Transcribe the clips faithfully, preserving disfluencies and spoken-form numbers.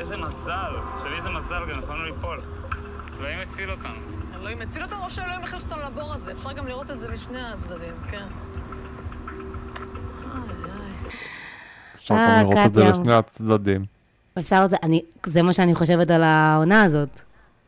איזה מזל. שלי זה מזל, גם יכולנו ליפול. אלוהים הציל אותנו. אלוהים הציל אותנו או שאלוהים הכניס אותנו לבור הזה? אפשר גם לראות את זה משני הצדדים, כן. אפשר גם לראות את זה לשני הצדדים. אפשר, זה מה שאני חושבת על העונה הזאת.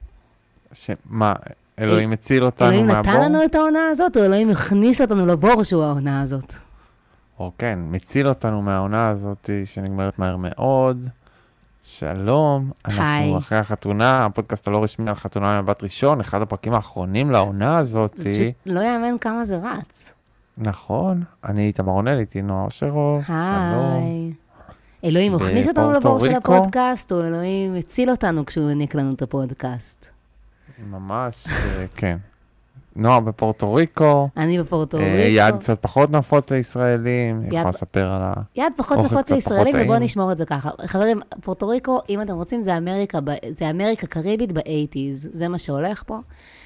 שמה, אלוהים הציל אותנו מהבור? אלוהים נתן לנו את העונה הזאת, או אלוהים הכניס אותנו לבור שהוא העונה הזאת? או כן, מציל אותנו מהעונה הזאת שנגמרת מהר מאוד. שלום, אנחנו אחרי החתונה, הפודקאסט הלא רשמי על חתונה ממבט ראשון, אחד הפרקים האחרונים לעונה הזאת. לא יאמן כמה זה רץ. נכון, אני איתמר רונל, איתי נועה אושרוב, שלום. אלוהים הכניס אותנו לבור של הפודקאסט, או אלוהים הציל אותנו כשהוא העניק לנו את הפודקאסט? ממש, כן. נועה בפורטו ריקו. אני בפורטו ריקו. יעד קצת פחות נפוץ לישראלים. אני יכולה לספר על האוכל קצת פחות טעים. יעד פחות נפוץ לישראלים, ובואו נשמור את זה ככה. חברים, פורטו ריקו, אם אתם רוצים, זה אמריקה, זה אמריקה קריבית ב-שמונים. זה מה שהולך פה.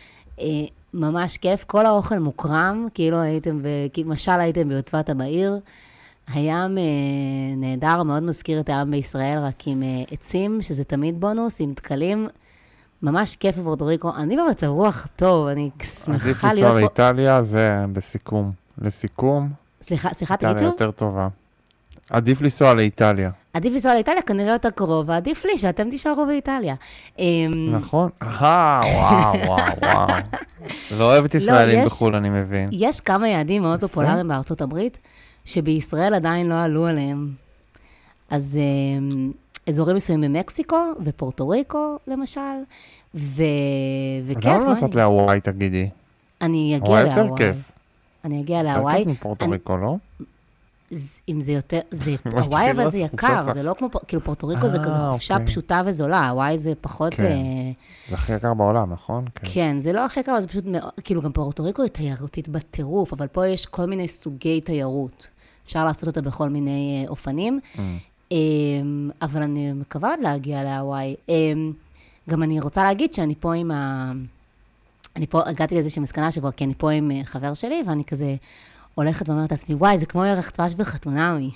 ממש כיף. כל האוכל מוקרם, כאילו הייתם, משל הייתם ביוטבתה בעיר. הים נהדר, מאוד מזכיר את הים בישראל, רק עם עצים, שזה תמיד בונוס, עם תקלים. ממש כיף בפורטו ריקו. אני במצב רוח טוב, אני שמחה להיות פה. עדיף לנסוע לאיטליה, זה בסיכום. לסיכום, סליחה, סליחה, תגיד שוב? איטליה יותר טובה. עדיף לנסוע לאיטליה. עדיף לנסוע לאיטליה, כנראה יותר קרוב, ועדיף לי שאתם תישארו באיטליה. נכון. אה, וואו, וואו, וואו. לא אוהבת ישראלים בחול, אני מבין. יש כמה יעדים מאוד פופולריים בארצות הברית, שבישראל עדיין לא עלו עליהם. אז אזורים מסוימים במקסיקו ופורטו ריקו, למשל, ו... וכיף. למה לא נסעת להוואי, תגידי? אני אגיע להוואי. יותר כיף. אני אגיע להוואי. יותר כיף מפורטו ריקו, לא? אם זה יותר, זה, הוואי אבל זה יקר, זה לא כמו, כאילו פורטו ריקו זה כזה חופשה פשוטה וזולה, הוואי זה פחות... זה הכי יקר בעולם, נכון? כן, זה לא הכי יקר, זה פשוט, כאילו גם פורטו ריקו היא תיירותית בטירוף, אבל פה יש כל מיני סוגי תיירות. אפשר לעשות אותה בכל מיני אופנים, אבל אני מקווה להגיע להוואי. גם אני רוצה להגיד שאני פה עם ה... אני פה הגעתי לאיזושהי מסקנה שבו, כי אני פה עם חבר שלי, ואני כזה הולכת ואומרת לעצמי, וואי, זה כמו ירח דבש בחתונמי.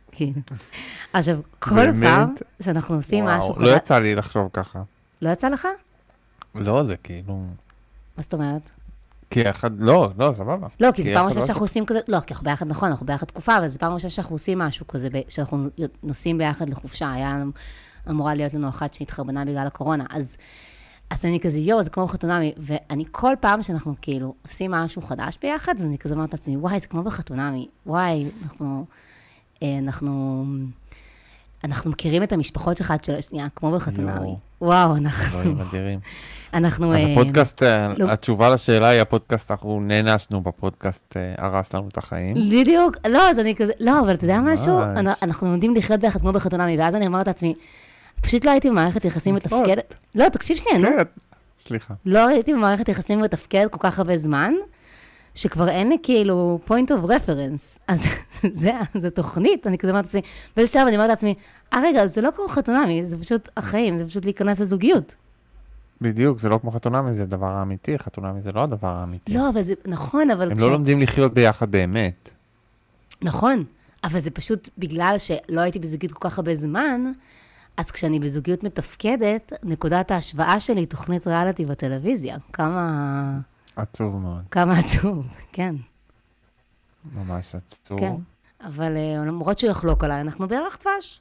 עכשיו, כל פעם שאנחנו עושים משהו... לא יצא לי לחשוב ככה. לא יצא לך? לא, זה כאילו... מה זאת אומרת? כי אחד, לא, לא, סבבה. לא, כי זה פעם ראשונה שאנחנו עושים כזה, לא, כי אנחנו ביחד, נכון, אנחנו ביחד תקופה, אבל זה פעם ראשונה שאנחנו עושים משהו כזה, שאנחנו נוסעים ביחד לחופשה, היה אמורה להיות לנו אחת שהתחרבנה בגלל הקורונה, אז, אז אני כזה, יו, זה כמו חתונמי, ואני כל פעם שאנחנו כאילו עושים משהו חדש ביחד, אז אני כזה אומרת לעצמי, וואי, זה כמו בחתונמי, וואי, אנחנו, אנחנו, אנחנו מכירים את המשפחות שלך של השנייה, כמו בחתונמי. וואו, אנחנו... דברים אדירים. אנחנו... אז הפודקאסט, התשובה לשאלה היא, הפודקאסט, אנחנו נהנשנו בפודקאסט, הרס לנו את החיים. בדיוק, לא, אז אני כזה, לא, אבל אתה יודע משהו? אנחנו עומדים לחיות ביחד כמו בחתונמי, ואז אני אומרת לעצמי, פשוט לא הייתי במערכת יחסים מתפקדת. לא, תקשיב שנייה, נו. סליחה. לא הייתי במערכת יחסים מתפקדת כל כך הרבה זמן, שכבר אין לי כאילו point of reference. אז זה תוכנית, אני כזה אומרת לעצמי, באיזשהו שלב אני אומרת לעצמי, אה רגע, זה לא כמו חתונמי, זה פשוט החיים, זה פשוט להיכנס לזוגיות. בדיוק, זה לא כמו חתונמי, זה דבר האמיתי, חתונמי זה לא הדבר האמיתי. לא, אבל זה, נכון, אבל... הם לא לומדים לחיות ביחד באמת. נכון, אבל זה פשוט בגלל שלא הייתי בזוגיות כל כך הרבה זמן, אז כשאני בזוגיות מתפקדת, נקודת ההשוואה שלי היא תוכנית ריאליטי בטלוויזיה. כמה... עצוב מאוד. כמה עצוב, כן. ממש עצוב. כן, אבל למרות שהוא יחלוק עליי, אנחנו בירח דבש.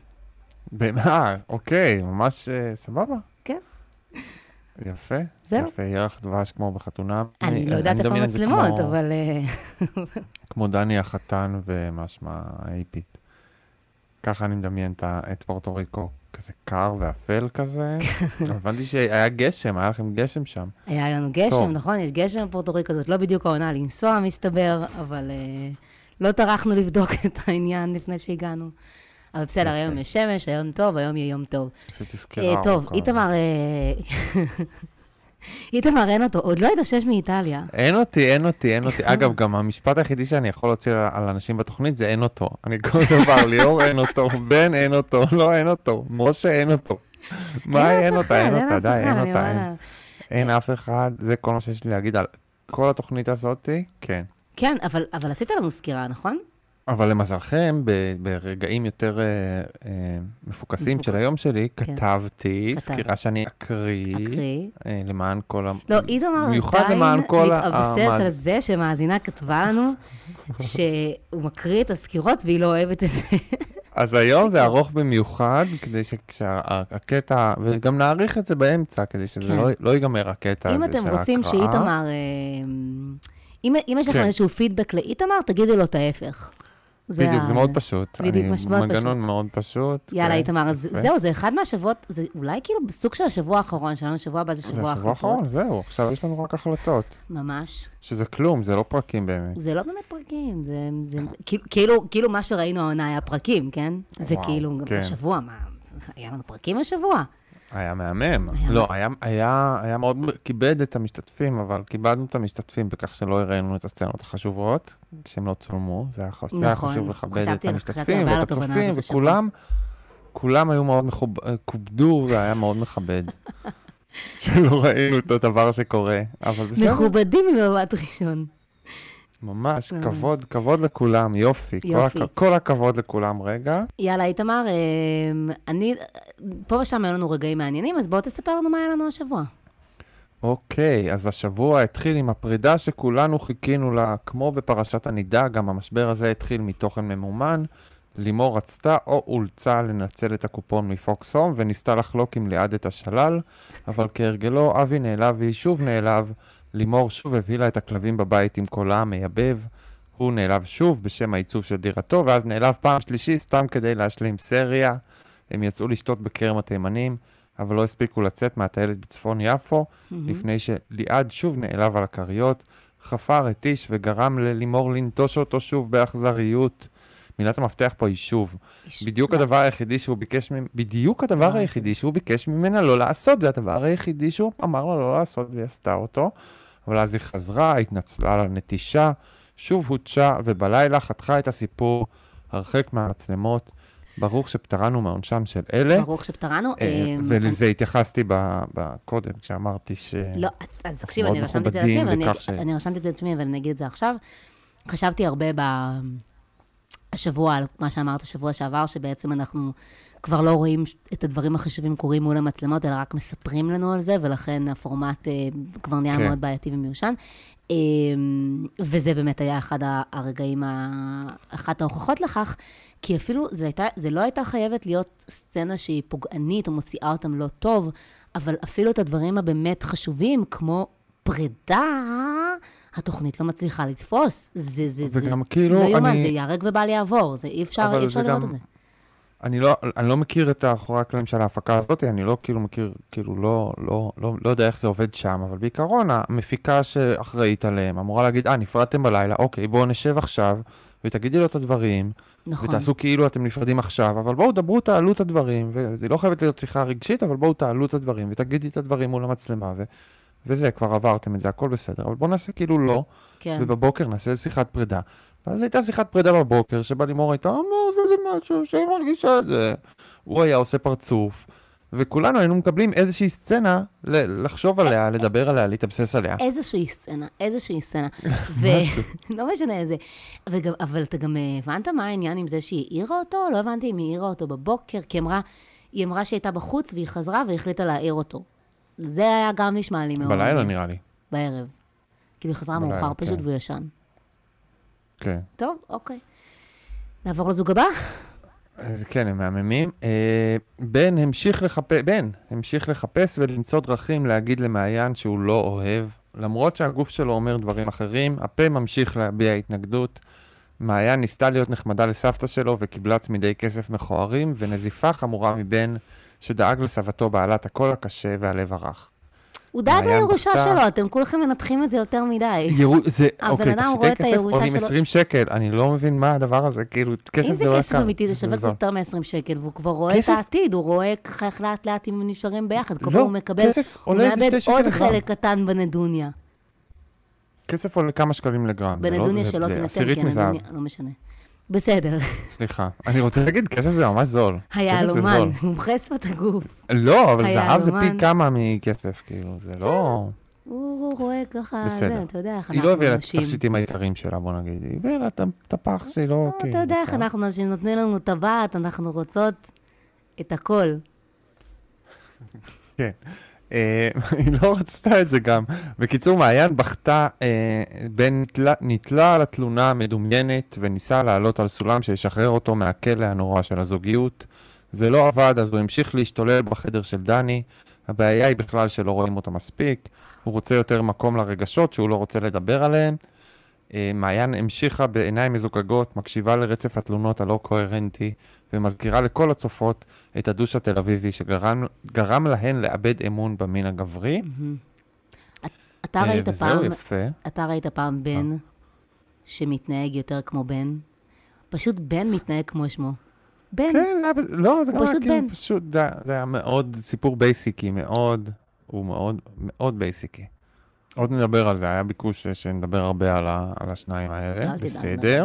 אה, אוקיי, ממש סבבה. כן. יפה, זהו. יפה, ירח דבש כמו בחתונה. אני לא יודעת איפה המצלמות, אבל... כמו דני החתן ומשמע האיפית. ככה אני מדמיין את פורטו ריקו, כזה קר ואפל כזה. הבנתי שהיה גשם, היה לכם גשם שם. היה לנו גשם, נכון, יש גשם בפורטו ריקו, זאת לא בדיוק העונה לנסוע, מסתבר, אבל לא טרחנו לבדוק את העניין לפני שהגענו. אבל בסדר, היום יש שמש, היום טוב, היום יהיה יום טוב. טוב, איתמר... איתמר, אין אותו, עוד לא התאושש מאיטליה. אין אותי, אין אותי, אין אותי. אגב, גם המשפט היחידי שאני יכול להוציא על אנשים בתוכנית זה אין אותו. אני כל דבר, ליאור אין אותו, בן אין אותו, לא אין אותו, משה אין אותו. מה אין אותה, אין אותה, די, אין אותה, אין. אין אף אחד, זה כל מה שיש לי להגיד על כל התוכנית הזאת, כן. כן, אבל עשית לנו סקירה, נכון? אבל למזלכם, ב- ברגעים יותר אה, אה, מפוקסים של היום שלי, כן. כתבתי כתב. סקירה שאני אקריא, אקריא. אה, למען כל ה... לא, איתמר במיוחד עדיין למען כל ה- מתאבסס המאז- על זה שמאזינה כתבה לנו שהוא מקריא את הסקירות והיא לא אוהבת את זה. אז היום זה ארוך במיוחד, כדי שהקטע, וגם נעריך את זה באמצע, כדי שזה כן. לא, לא ייגמר הקטע הזה אם של אתם ההקראה. רוצים שאיתמר, אה, אם אם יש לכם כן. איזשהו פידבק לאיתמר, תגידי לו את ההפך. זה בדיוק, ה- זה מאוד פשוט. בדיוק, אני- מש- מאוד מנגנון מאוד פשוט. יאללה, כן, איתמר, אז יפה. זהו, זה אחד מהשבועות, זה אולי כאילו בסוג של השבוע האחרון שלנו, שבוע הבא זה זה שבוע השבוע האחרון, החלטות. זהו, עכשיו יש לנו רק החלטות. ממש. שזה כלום, זה לא פרקים באמת. זה לא באמת פרקים, זה, זה כאילו, כאילו, כאילו מה שראינו העונה היה פרקים, כן? זה וואו, כאילו, גם כן. השבוע, מה, היה לנו פרקים השבוע? היה מהמם. היה לא, היה, היה, היה מאוד כיבד את המשתתפים, אבל כיבדנו את המשתתפים בכך שלא הראינו את הסצנות החשובות, כשהם לא צולמו. זה היה, חשוב, זה היה נכון, חשוב לכבד חשבתי- את חשבתי המשתתפים הרבה על ואת התובנה הצופים, הזאת השבוע. וכולם, כולם היו מאוד מכוב... כובדו והיה מאוד מכבד. שלא ראינו את הדבר שקורה, אבל בסדר. מכובדים ממבט ראשון. ממש, ממש. כבוד, כבוד לכולם, יופי. יופי. כל, הכ... כל הכבוד לכולם, רגע. יאללה, איתמר, אה, אני, פה ושם היו לנו רגעים מעניינים, אז בוא תספר לנו מה היה לנו השבוע. אוקיי, אז השבוע התחיל עם הפרידה שכולנו חיכינו לה, כמו בפרשת הנידה, גם המשבר הזה התחיל מתוכן ממומן. לימור רצתה או אולצה לנצל את הקופון מפוקס הום, וניסתה לחלוק עם ליעד את השלל, אבל כהרגלו, אבי נעלב והיא שוב נעלב. לימור שוב הבהילה את הכלבים בבית עם קולה המייבב. הוא נעלב שוב בשם העיצוב של דירתו, ואז נעלב פעם שלישי סתם כדי להשלים סריה. הם יצאו לשתות בכרם התימנים, אבל לא הספיקו לצאת מהטיילת בצפון יפו, לפני שליעד שוב נעלב על הכריות, חפר, התיש וגרם ללימור לנטוש אותו שוב באכזריות. מילת המפתח פה היא שוב. בדיוק הדבר היחידי שהוא ביקש ממנה, בדיוק הדבר היחידי שהוא ביקש ממנה לא לעשות, זה הדבר היחידי שהוא אמר לה לא לעשות והיא עשתה אותו. אבל אז היא חזרה, התנצלה על הנטישה, שוב הודשה ובלילה חתכה את הסיפור הרחק מהמצלמות. ברוך שפטרנו מעונשם של אלה. ברוך שפטרנו. אה, אה, ולזה התייחסתי ב- בקודם, כשאמרתי ש... לא, אז, אז תקשיב, מאוד אני רשמתי את זה מכובדים לעצמי, אבל אני, בכך ש- אני רשמתי את זה לעצמי, אבל אני אגיד את זה עכשיו. חשבתי הרבה בשבוע, על מה שאמרת שבוע שעבר, שבעצם אנחנו כבר לא רואים את הדברים החשובים קורים מול המצלמות, אלא רק מספרים לנו על זה, ולכן הפורמט אה, כבר נהיה כן. מאוד בעייתי ומיושן. אה, וזה באמת היה אחד הרגעים, ה- אחת ההוכחות לכך, כי אפילו זה, הייתה, זה לא הייתה חייבת להיות סצנה שהיא פוגענית או מוציאה אותם לא טוב, אבל אפילו את הדברים הבאמת חשובים, כמו פרידה, התוכנית לא מצליחה לתפוס. זה, זה, וגם זה כאילו, לא יומן, אני- זה יהרג ובל יעבור, זה אי אפשר, אבל אי אפשר זה לראות גם- את זה. אני לא, אני לא מכיר את האחורי הקלעים של ההפקה הזאת, אני לא כאילו מכיר, כאילו לא, לא, לא, לא יודע איך זה עובד שם, אבל בעיקרון המפיקה שאחראית עליהם אמורה להגיד, אה, נפרדתם בלילה, אוקיי, בואו נשב עכשיו, ותגידי לו את הדברים, נכון. ותעשו כאילו אתם נפרדים עכשיו, אבל בואו דברו, תעלו את הדברים, וזה לא חייבת להיות שיחה רגשית, אבל בואו תעלו את הדברים, ותגידי את הדברים מול המצלמה, ו... וזה, כבר עברתם את זה, הכל בסדר, אבל בואו נעשה כאילו לא, כן. ובבוקר נעשה שיחת פרידה. ואז הייתה שיחת פרידה בבוקר, שבה לימור הייתה, אמר, זה משהו שהיא מרגישה את זה. הוא היה עושה פרצוף, וכולנו היינו מקבלים איזושהי סצנה ל- לחשוב עליה, לדבר עליה, להתאבסס עליה. איזושהי סצנה, איזושהי סצנה. ולא משנה איזה. וגם, אבל אתה גם הבנת מה העניין עם זה שהיא העירה אותו? לא הבנתי אם היא העירה אותו בבוקר, כי אמרה, היא אמרה שהיא הייתה בחוץ והיא חזרה והחליטה להעיר אותו. זה היה גם נשמע לי מאוד. בלילה נראה לי. בערב. כאילו היא חזרה בלילה, מאוחר פשוט כן. והוא ישן. כן. טוב, אוקיי. נעבור לזוג הבא? אז כן, הם מהממים. אה, בן המשיך לחפש, בן המשיך לחפש ולמצוא דרכים להגיד למעיין שהוא לא אוהב. למרות שהגוף שלו אומר דברים אחרים, הפה ממשיך להביע התנגדות. מעיין ניסתה להיות נחמדה לסבתא שלו וקיבלה צמידי כסף מכוערים, ונזיפה חמורה מבן שדאג לסבתו בעלת הקול הקשה והלב הרך. הוא דאג מעיין לירושה בכתה. שלו, אתם כולכם מנתחים את זה יותר מדי. ירו... זה, הבן אוקיי, אדם רואה תכשיטי את כסף הירושה עולים שלו- עשרים שקל, אני לא מבין מה הדבר הזה, כאילו, כסף אם זה זה לא כסף יקר. אמיתי, זה שווה קצת זול. יותר מ-עשרים שקל, והוא כבר רואה את כסף? העתיד, הוא רואה ככה איך לאט לאט אם הם נשארים ביחד, כל לא, פעם הוא מקבל, כסף הוא עולה איזה מאבד שתי עוד שקל לגרם. חלק קטן בנדוניה. כסף עולה כמה שקלים לגרם. זה לא- בנדוניה זה- שלא זה תינתן, עשירית כי מזהב. הנדוניה, לא משנה. בסדר, סליחה, אני רוצה להגיד, כסף זה ממש זול. כסף זה היהלומן, זול. מומחה שפת הגוף. לא, אבל זהב זה פי היהלומן. כמה מכסף, כאילו, זה לא... הוא רואה ככה, זה, אתה יודע איך היא לא אנחנו הביאה את נשים. התכשיטים העיקריים שלה, בוא נגיד. היא הביאה לה את הפח שלו. אתה יודע איך אנחנו נשים, נותנים לנו טבעת, אנחנו רוצות את הכל. כן. היא לא רצתה את זה גם. בקיצור, מעיין בכתה, בן נתלה על התלונה המדומיינת וניסה לעלות על סולם שישחרר אותו מהכלא הנורא של הזוגיות. זה לא עבד, אז הוא המשיך להשתולל בחדר של דני. הבעיה היא בכלל שלא רואים אותו מספיק. הוא רוצה יותר מקום לרגשות שהוא לא רוצה לדבר עליהם. מעיין המשיכה בעיניים מזוגגות, מקשיבה לרצף התלונות הלא קוהרנטי, ומזכירה לכל הצופות את הדוש התל אביבי שגרם גרם להן לאבד אמון במין הגברי. אתה ראית וזהו, פעם, יפה. אתה ראית פעם בן שמתנהג יותר כמו בן? פשוט בן מתנהג כמו שמו. בן. כן, לא, זה גם פשוט כאילו בן. פשוט, זה זה היה מאוד סיפור בייסיקי, מאוד, הוא מאוד, מאוד בייסיקי. עוד נדבר על זה, היה ביקוש שנדבר הרבה על, ה, על השניים האלה, אל תדאג, בסדר.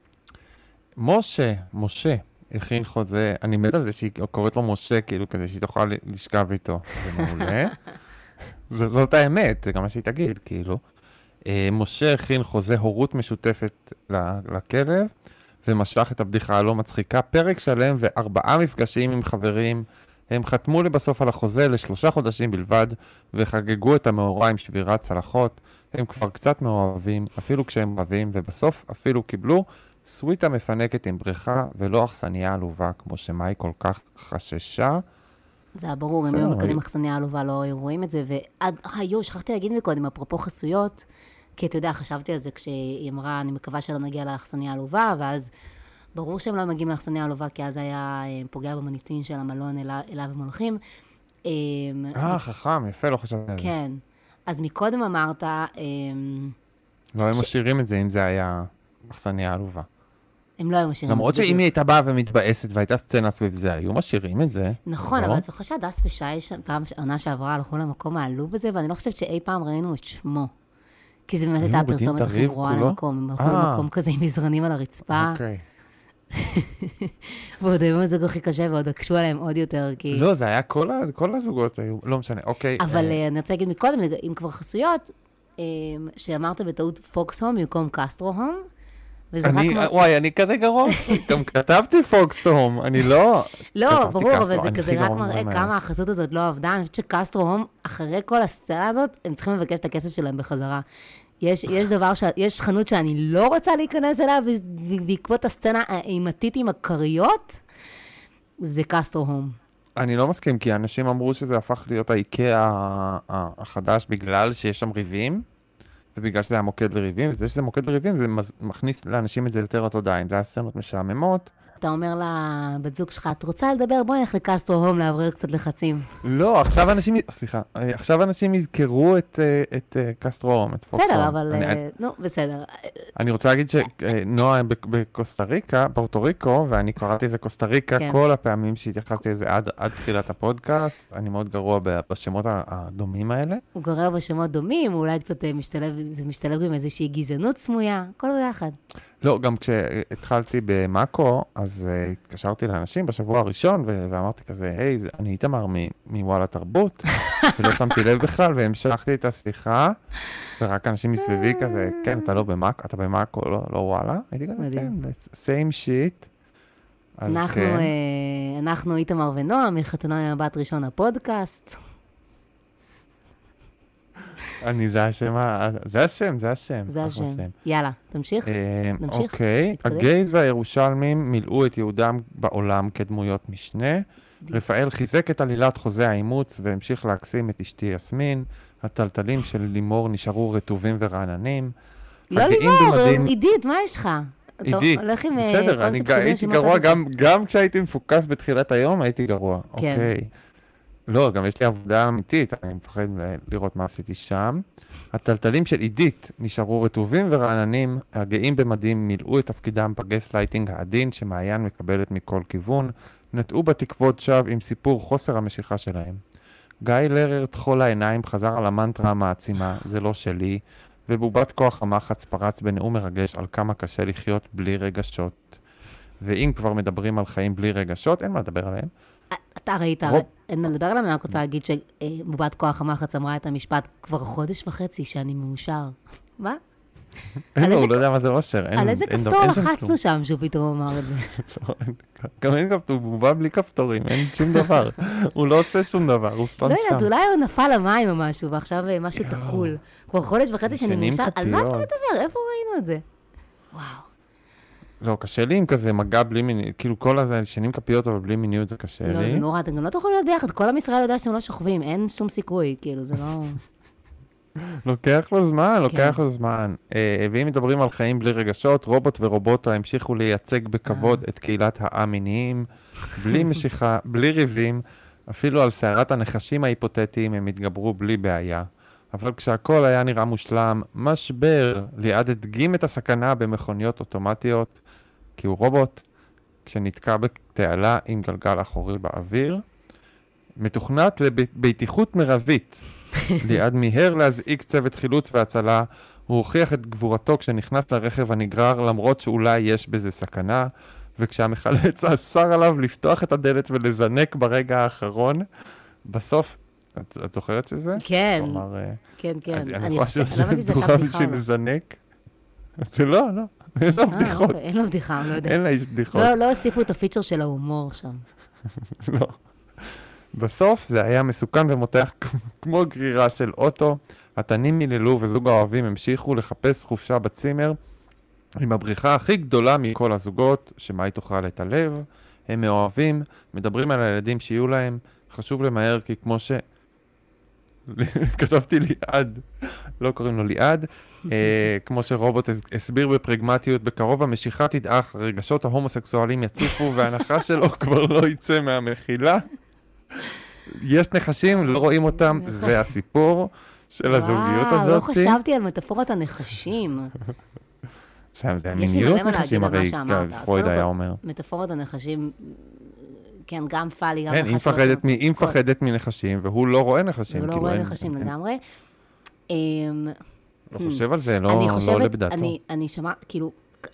משה, משה, הכין חוזה, אני מת על זה שהיא קוראת לו משה, כאילו, כדי שהיא תוכל לשכב איתו, זה מעולה. זאת, זאת האמת, זה גם מה שהיא תגיד, כאילו. אה, משה הכין חוזה הורות משותפת לכלב, ומשך את הבדיחה הלא מצחיקה, פרק שלם וארבעה מפגשים עם חברים, הם חתמו לבסוף על החוזה לשלושה חודשים בלבד, וחגגו את המאורע עם שבירת צלחות. הם כבר קצת מאוהבים, אפילו כשהם רבים, ובסוף אפילו קיבלו סוויטה מפנקת עם בריכה, ולא אכסניה עלובה, כמו שמאי כל כך חששה. זה היה ברור, אם היו מקנים אכסניה עלובה, לא היו רואים את זה, ועד, היו, שכחתי להגיד מקודם, אפרופו חסויות, כי אתה יודע, חשבתי על זה כשהיא אמרה, אני מקווה שלא נגיע לאכסניה עלובה, ואז ברור שהם לא מגיעים לאכסניה עלובה, כי אז היה פוגע במוניטין של המלון אליו הם הולכים. אה, חכם, יפה, לא חשבתי על זה. כן. אז מקודם אמרת... לא היו משאירים את זה אם זה היה אכסניה עלובה. הם לא היו משאירים את זה. למרות שאם היא הייתה באה ומתבאסת והייתה סצנה סביב זה, היו משאירים את זה. נכון, אבל אני זוכר שהדס ושי פעם עונה שעברה הלכו למקום העלוב הזה, ואני לא חושבת שאי פעם ראינו את שמו. כי זה באמת הייתה הפרסומת הכי גרועה למקום. הם הלכו למקום כזה עם מזרנים על הרצפה. אוקיי. ועוד היו הזוג הכי קשה, ועוד הקשו עליהם עוד יותר, כי... לא, זה היה כל הזוגות היו, לא משנה, אוקיי. אבל אני רוצה להגיד מקודם, אם כבר חסויות, שאמרת בטעות פוקס-הום במקום קסטרו-הום, וואי, אני כזה גרוע, גם כתבתי פוקס-הום, אני לא... לא, ברור, אבל זה כזה רק מראה כמה החסות הזאת לא עבדה. אני חושבת שקסטרו-הום, אחרי כל הסצנה הזאת, הם צריכים לבקש את הכסף שלהם בחזרה. יש, יש דבר, ש... יש חנות שאני לא רוצה להיכנס אליה, בעקבות הסצנה האימתית עם הכריות, זה קסטרו-הום. אני לא מסכים, כי אנשים אמרו שזה הפך להיות האיקאה החדש בגלל שיש שם ריבים, ובגלל שזה היה מוקד לריבים, וזה שזה מוקד לריבים, זה מכניס לאנשים את זה יותר לתודעה. אם זה היה סצנות משעממות. אתה אומר לבת זוג שלך, את רוצה לדבר? בואי נלך לקסטרו-הום לעברר קצת לחצים. לא, עכשיו אנשים, סליחה, עכשיו אנשים יזכרו את, את קסטרו-הום, את פוקס-הום. בסדר, אבל, נו, בסדר. אני רוצה להגיד שנועה בקוסטה ריקה, פורטו ריקו, ואני קראתי איזה קוסטה ריקה כל הפעמים שהתייחסתי לזה עד, עד תחילת הפודקאסט. אני מאוד גרוע בשמות הדומים האלה. הוא גרוע בשמות דומים, אולי קצת משתלב, זה משתלב עם איזושהי גזענות סמויה, כל ביחד. לא, גם כשהתחלתי במאקו, אז uh, התקשרתי לאנשים בשבוע הראשון, ו- ואמרתי כזה, היי, אני איתמר מוואלה תרבות, ולא שמתי לב בכלל, והמשכתי את השיחה, ורק אנשים מסביבי כזה, כן, אתה לא במאקו, אתה במאקו, לא, לא וואלה. הייתי כזה, כן, same shit. אנחנו, כן. uh, אנחנו איתמר ונועה, מחתונה עם הבת ראשון הפודקאסט. אני, זה השם, זה השם, זה השם. זה השם. יאללה, תמשיך. נמשיך. אוקיי, הגייז והירושלמים מילאו את יהודם בעולם כדמויות משנה. רפאל חיזק את עלילת חוזה האימוץ והמשיך להקסים את אשתי יסמין. הטלטלים של לימור נשארו רטובים ורעננים. לא לימור, עידית, מה יש לך? עידית, בסדר, אני הייתי גרוע, גם כשהייתי מפוקס בתחילת היום, הייתי גרוע. אוקיי. לא, גם יש לי עבודה אמיתית, אני מפחד לראות מה עשיתי שם. הטלטלים של עידית נשארו רטובים ורעננים, הגאים במדים מילאו את תפקידם בגסלייטינג העדין שמעיין מקבלת מכל כיוון, נטעו בתקוות שווא עם סיפור חוסר המשיכה שלהם. גיא לרר תחול העיניים חזר על המנטרה המעצימה, זה לא שלי, ובובת כוח המחץ פרץ בנאום מרגש על כמה קשה לחיות בלי רגשות. ואם כבר מדברים על חיים בלי רגשות, אין מה לדבר עליהם. אתה ראית, רוב- אין מה לדבר עליו, אני רק רוצה להגיד שבובת כוח המחץ אמרה את המשפט כבר חודש וחצי שאני מאושר. מה? אין על לו, איזה הוא לא יודע מה זה אושר. אין- על איזה אין דבר- כפתור אין שם כלום. לחצנו שם שהוא פתאום אמר את זה? לא, אין- גם אין כפתור, הוא בא בלי כפתורים, אין שום דבר. הוא לא עושה שום דבר, הוא סתם לא שם. יודעת, אולי הוא נפל למים או משהו, ועכשיו אה, משהו תקול. כבר חודש וחצי שאני ישנים מאושר, על מה אתה כפיות. מדבר? איפה ראינו את זה? וואו. לא, קשה לי עם כזה מגע בלי מיניות, כאילו כל הזה, ישנים כפיות, אבל בלי מיניות זה קשה לא, לי. זה נורא, אתם גם לא תוכלו להיות ביחד, כל עם ישראל יודע שאתם לא שוכבים, אין שום סיכוי, כאילו, זה לא... לוקח לו זמן, לוקח כן. לו זמן. אה, ואם מדברים על חיים בלי רגשות, רובוט ורובוטו המשיכו לייצג בכבוד את קהילת האמיניים, בלי משיכה, בלי ריבים, אפילו על סערת הנחשים ההיפותטיים הם התגברו בלי בעיה. אבל כשהכל היה נראה מושלם, משבר, ליעד הדגים את הסכנה במכוניות אוטומטיות, כי הוא רובוט, כשנתקע בתעלה עם גלגל אחורי באוויר, מתוכנת לבטיחות מרבית. ליעד מיהר להזעיק צוות חילוץ והצלה, הוא הוכיח את גבורתו כשנכנס לרכב הנגרר למרות שאולי יש בזה סכנה, וכשהמחלץ אסר עליו לפתוח את הדלת ולזנק ברגע האחרון, בסוף, את, את זוכרת שזה? כן, הוא אמר, אה, כן, כן. אז אני אני חושב חושבת, לא הבנתי שזה שזה דורה הייתה בדיחה. בשביל אבל- לזנק. זה לא, לא, אין לה אה, בדיחות, אוקיי, אין לו בדיחה, אני לא יודעת. אין לה איש בדיחות. לא, לא הוסיפו את הפיצ'ר של ההומור שם. לא. בסוף זה היה מסוכן ומותח כמו גרירה של אוטו. התנים מיללו וזוג האוהבים המשיכו לחפש חופשה בצימר עם הבריחה הכי גדולה מכל הזוגות, שמה היא תאכל את הלב. הם מאוהבים, מדברים על הילדים שיהיו להם. חשוב למהר כי כמו ש... כתבתי ליעד, לא קוראים לו ליעד, אה, כמו שרובוט הס- הסביר בפרגמטיות, בקרוב המשיכה תדעך, הרגשות ההומוסקסואלים יצופו וההנחה שלו כבר לא יצא מהמחילה. יש נחשים, לא רואים אותם, זה הסיפור של הזוגיות וואו, לא הזאת. חשבתי על מטאפורת הנחשים. זה לי מיניות מלא מה נחשים, להגיד על הרי מה שאמרת, אז פרויד קודם היה כל- אומר. מטאפורת הנחשים, כן, גם פאלי, גם כן, היא נחש לא מפחדת טוב. מ- היא כל- מפחדת מנחשים, והוא לא רואה נחשים. הוא לא כאילו, רואה אין- נחשים אין- לגמרי. אמ, לא חושב על זה, לא אני לא עולה חושבת, בדעתו. אני, אני שמע, כאילו,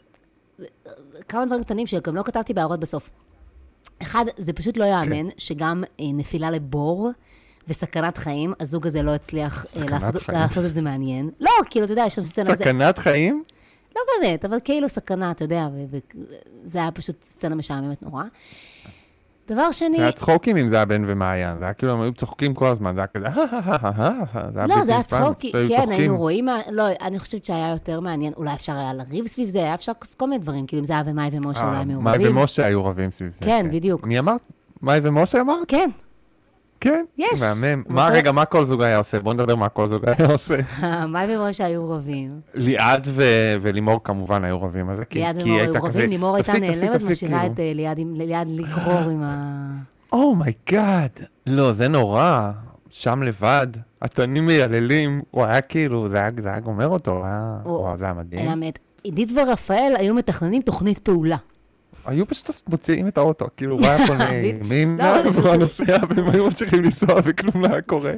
כמה דברים קטנים שגם לא כתבתי בהערות בסוף. אחד, זה פשוט לא יאמן שגם אה, נפילה לבור וסכנת חיים, הזוג הזה לא הצליח אה, סכנת לעשות, חיים? לעשות את זה מעניין. לא, כאילו, אתה יודע, יש שם סצנה, זה, סכנת חיים? לא באמת, אבל כאילו סכנה, אתה יודע, וזה היה פשוט סצנה משעממת נורא. דבר שני, זה היה צחוקים אם זה היה בן ומעיין, זה היה כאילו, הם היו צוחקים כל הזמן, זה היה כזה, זה לא, זה היה בלתי צחוק, נסבל, היו כן, צוחקים. היינו רואים, מה- לא, אני חושבת שהיה יותר מעניין, אולי אפשר היה לריב סביב זה, היה אפשר כל מיני דברים, כאילו אם זה היה ומאי ומשה אה, אולי הם מאי מעורבים. ומשה היו רבים סביב זה. כן, בדיוק. מי אמרת? מאי ומשה אמרת? כן, כן. יש. מהמם. אבל- מה, רגע, מה כל זוג היה עושה? בוא נדבר מה כל זוג היה עושה. מאי ומשה היו רבים. ליעד ו- ולימור כמובן היו רבים על זה. כי- ליעד כי ולימור היא היו הייתה רבים, כזה, לימור הייתה "תפסיק, תפסיק, נעלמת, תפסיק", משאירה כאילו. את אה, ליעד עם- ליעד לקרור עם ה... אומייגאד, לא, זה נורא, שם לבד, התנים מייללים, הוא היה כאילו, זה היה, זה היה גומר אותו, הוא היה, הוא- וואו, זה היה מדהים. היה מת. עידית ורפאל היו מתכננים תוכנית פעולה. היו פשוט מוציאים את האוטו, כאילו, הוא היה פונה ימינה, לא, זה והוא הנוסע, והם היו ממשיכים לנסוע וכלום לא היה קורה.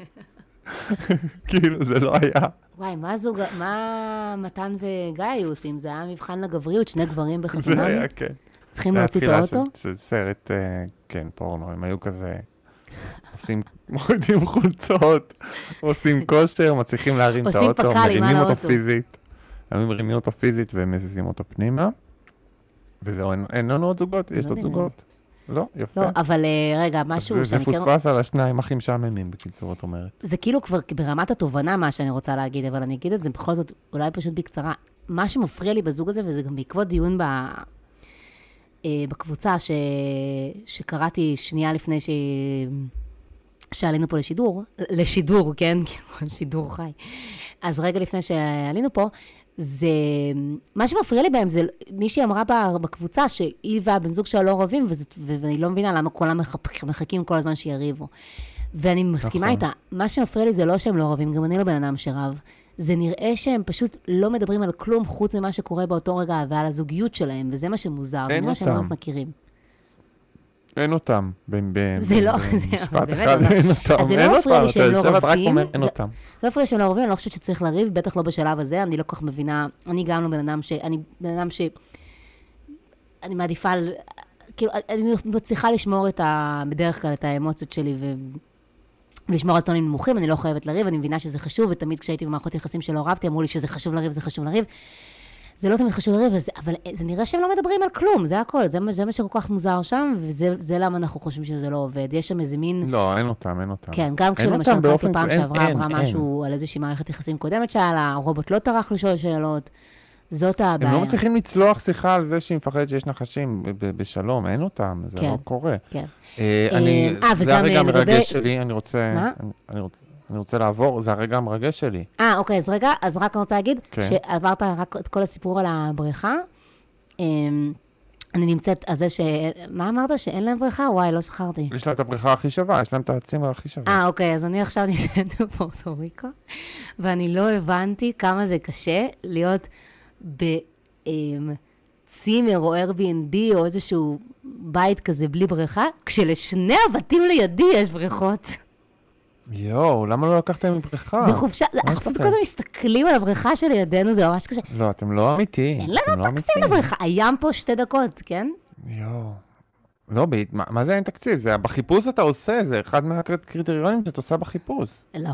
כאילו, זה לא היה. וואי, מה זוג, מה מתן וגיא היו עושים? זה היה מבחן לגבריות, שני גברים זה בחתונמי? היה, כן. צריכים זה היה להוציא את תחילה האוטו? של- של סרט, אה, כן, פורנו, הם היו כזה, עושים, מורידים חולצות, עושים כושר, מצליחים להרים את עושים האוטו, פק"לים על מרימים אותו האוטו. פיזית, הם מרימים אותו פיזית ומזיזים אותו פנימה, וזהו, אין- אין לנו עוד זוגות, יש לא עוד נראה. זוגות. לא, יפה. לא, אבל אה, רגע, משהו זה- זה שאני כן... פוספס על השניים הכי משעממים, בקיצור, את אומרת. זה כאילו כבר ברמת התובנה מה שאני רוצה להגיד, אבל אני אגיד את זה בכל זאת, אולי פשוט בקצרה. מה שמפריע לי בזוג הזה, וזה גם בעקבות דיון ב... אה, בקבוצה ש... שקראתי שנייה לפני ש... שעלינו פה לשידור, לשידור, כן? כאילו, שידור חי. אז רגע לפני שעלינו פה, זה... מה שמפריע לי בהם זה, מישהי אמרה ב- בקבוצה שהיא והבן זוג שלה לא רבים, וזה, ו- ואני לא מבינה למה כולם מחפ- מחכים כל הזמן שיריבו. ואני מסכימה נכון. איתה, מה שמפריע לי זה לא שהם לא רבים, גם אני לא בן אדם שרב. זה נראה שהם פשוט לא מדברים על כלום חוץ ממה שקורה באותו רגע, ועל הזוגיות שלהם, וזה מה שמוזר, אין נראה שהם לא אותם. מכירים. אין אותם. ב- ב- זה לא- זה- במשפט באמת אחד לא. אין אותם. אז זה לא אין מפריע לי אותם, שהם אתה לא יושב, אתה רק רבים. אומר, אין זה- אותם. לא מפריע שהם לא רבים, אני לא חושבת שצריך לריב, בטח לא בשלב הזה, אני לא כל כך מבינה, אני גם לא בן אדם ש... אני בן אדם ש... אני מעדיפה, על- כאילו, אני מצליחה לשמור את ה... בדרך כלל את האמוציות שלי ו... ולשמור על טונים נמוכים, אני לא חייבת לריב, אני מבינה שזה חשוב, ותמיד כשהייתי במערכות יחסים שלא רבתי, אמרו לי שזה חשוב לריב, זה חשוב לריב. זה לא תמיד חשוב לריב, אבל זה נראה שהם לא מדברים על כלום, זה הכל, זה, זה מה שכל כך מוזר שם, וזה זה למה אנחנו חושבים שזה לא עובד. יש שם איזה מין... לא, אין אותם, אין אותם. כן, גם כשלמשל קראתי פעם שעברה, אמרה משהו על איזושהי מערכת יחסים קודמת שלה, הרובוט לא טרח לשאול שאלות, זאת הבעיה. הם לא מצליחים לצלוח שיחה על זה שהיא מפחדת שיש נחשים בשלום, אין אותם, זה לא קורה. כן. אני, זה הרגע המרגש שלי, אני רוצה... אני רוצה... אני רוצה לעבור, זה הרגע המרגש שלי. אה, אוקיי, אז רגע, אז רק אני רוצה להגיד, שעברת רק את כל הסיפור על הבריכה, אני נמצאת על זה ש... מה אמרת? שאין להם בריכה? וואי, לא זכרתי. יש להם את הבריכה הכי שווה, יש להם את הצימר הכי שווה. אה, אוקיי, אז אני עכשיו נמצאת בפורטו ריקו, ואני לא הבנתי כמה זה קשה להיות בצימר או Airbnb או איזשהו בית כזה בלי בריכה, כשלשני הבתים לידי יש בריכות. יואו, למה לא לקחתם מבריכה? זה חופשה, אנחנו קצת כזה מסתכלים על הבריכה שלידינו, זה ממש קשה. לא, אתם לא אמיתיים. אין לנו תקציב לבריכה, הים פה שתי דקות, כן? יואו. לא, מה זה אין תקציב? זה בחיפוש אתה עושה, זה אחד מהקריטריונים שאתה עושה בחיפוש. לא,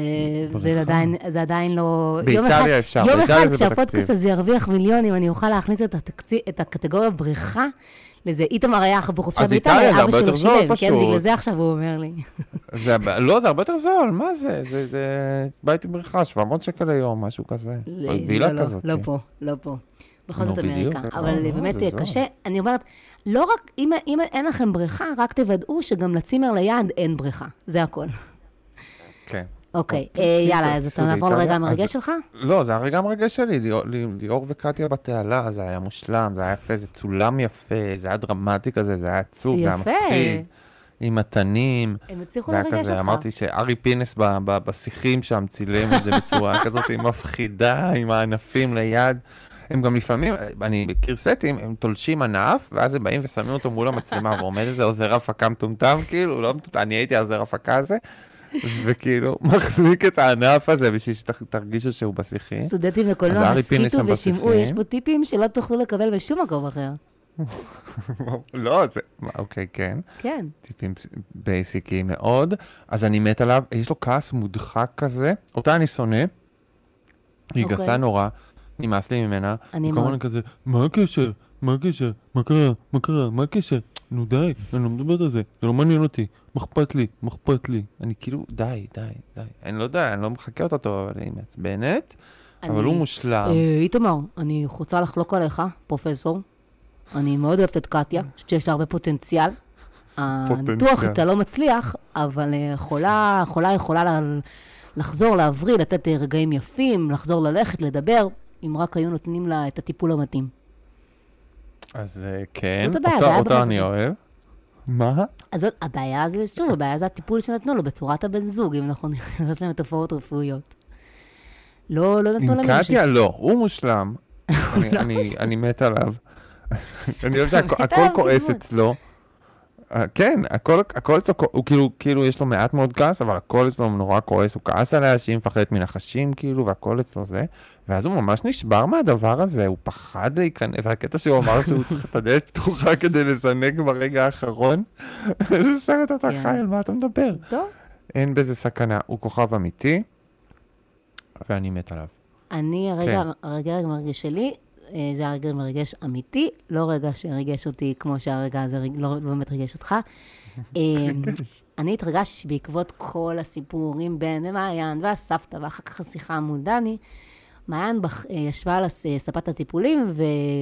זה עדיין לא... באיטליה אפשר, יום אחד כשהפודקאסט הזה ירוויח מיליונים, אני אוכל להכניס את הקטגוריה בריכה, לזה, איתמר היה בחופשה באיטליה, אבא שלו שילם, כן, בגלל זה עכשיו הוא אומר לי. לא, זה הרבה יותר זול, מה זה? זה בית עם בריכה, שבע מאות שקל היום, משהו כזה. וילה כזאת. לא פה, לא פה. בכל זאת אמריקה. אבל באמת קשה, אני אומרת, לא רק, אם אין לכם בריכה, רק תוודאו שגם לצימר ליד אין בריכה. זה הכל. כן. אוקיי, יאללה, אז אתה נעבור לרגע המרגש שלך? לא, זה הרגע המרגש שלי, ליאור וקטיה בתעלה, זה היה מושלם, זה היה יפה, זה צולם יפה, זה היה דרמטי כזה, זה היה עצוב, זה היה מפחיד, עם מתנים. הם הצליחו לרגש אותך. אמרתי שארי פינס בשיחים שם צילם את זה בצורה כזאת, עם מפחידה, עם הענפים ליד. הם גם לפעמים, אני מכיר סטים, הם תולשים ענף, ואז הם באים ושמים אותו מול המצלמה, ועומד איזה עוזר הפקה מטומטם, כאילו, לא מטומטם, אני הייתי העוזר הפקה הזה, וכאילו, מחזיק את הענף הזה בשביל שתרגישו שהוא בשיחי. סטודנטים לקולנוע, הסכיתו ושמעו, יש פה טיפים שלא תוכלו לקבל בשום מקום אחר. לא, זה, אוקיי, כן. כן. טיפים בייסיקיים מאוד, אז אני מת עליו, יש לו כעס מודחק כזה, אותה אני שונא, היא גסה נורא, נמאס לי ממנה, וכמובן כזה, מה הקשר? מה הקשר? מה קרה? מה קרה? מה הקשר? נו די, אני לא מדבר על זה, זה לא מעניין אותי, מה אכפת לי? מה אכפת לי? אני כאילו, די, די, די. אני לא יודע, אני לא מחכה אותה טוב, אבל היא מעצבנת, אבל הוא מושלם. איתמר, אני רוצה לחלוק עליך, פרופסור. אני מאוד אוהבת את קטיה, שיש לה הרבה פוטנציאל. הניתוח אתה לא מצליח, אבל חולה, חולה יכולה לחזור, להבריא, לתת רגעים יפים, לחזור ללכת, לדבר, אם רק היו נותנים לה את הטיפול המתאים. אז כן, אותה אני אוהב. מה? אז הבעיה זה, שוב, הבעיה זה הטיפול שנתנו לו בצורת הבן זוג, אם אנחנו נכנס להם תופעות רפואיות. לא, לא נתנו להם... עם קטיה לא, הוא מושלם. אני מת עליו. אני חושב שהכל כועס אצלו. כן, הכל אצלו, הוא כאילו יש לו מעט מאוד כעס, אבל הכל אצלו נורא כועס, הוא כעס עליה שהיא מפחדת מנחשים כאילו, והכל אצלו זה, ואז הוא ממש נשבר מהדבר הזה, הוא פחד להיכנס, והקטע שהוא אמר שהוא צריך את הדלת פתוחה כדי לזנק ברגע האחרון, איזה סרט אתה חי, על מה אתה מדבר? טוב. אין בזה סכנה, הוא כוכב אמיתי, ואני מת עליו. אני, הרגע המרגש שלי, זה הרגע מרגש אמיתי, לא רגע שרגש אותי כמו שהרגע הזה לא באמת רגש אותך. אני התרגשתי שבעקבות כל הסיפורים בין מעיין והסבתא ואחר כך השיחה מול דני, מעיין ישבה על ספת הטיפולים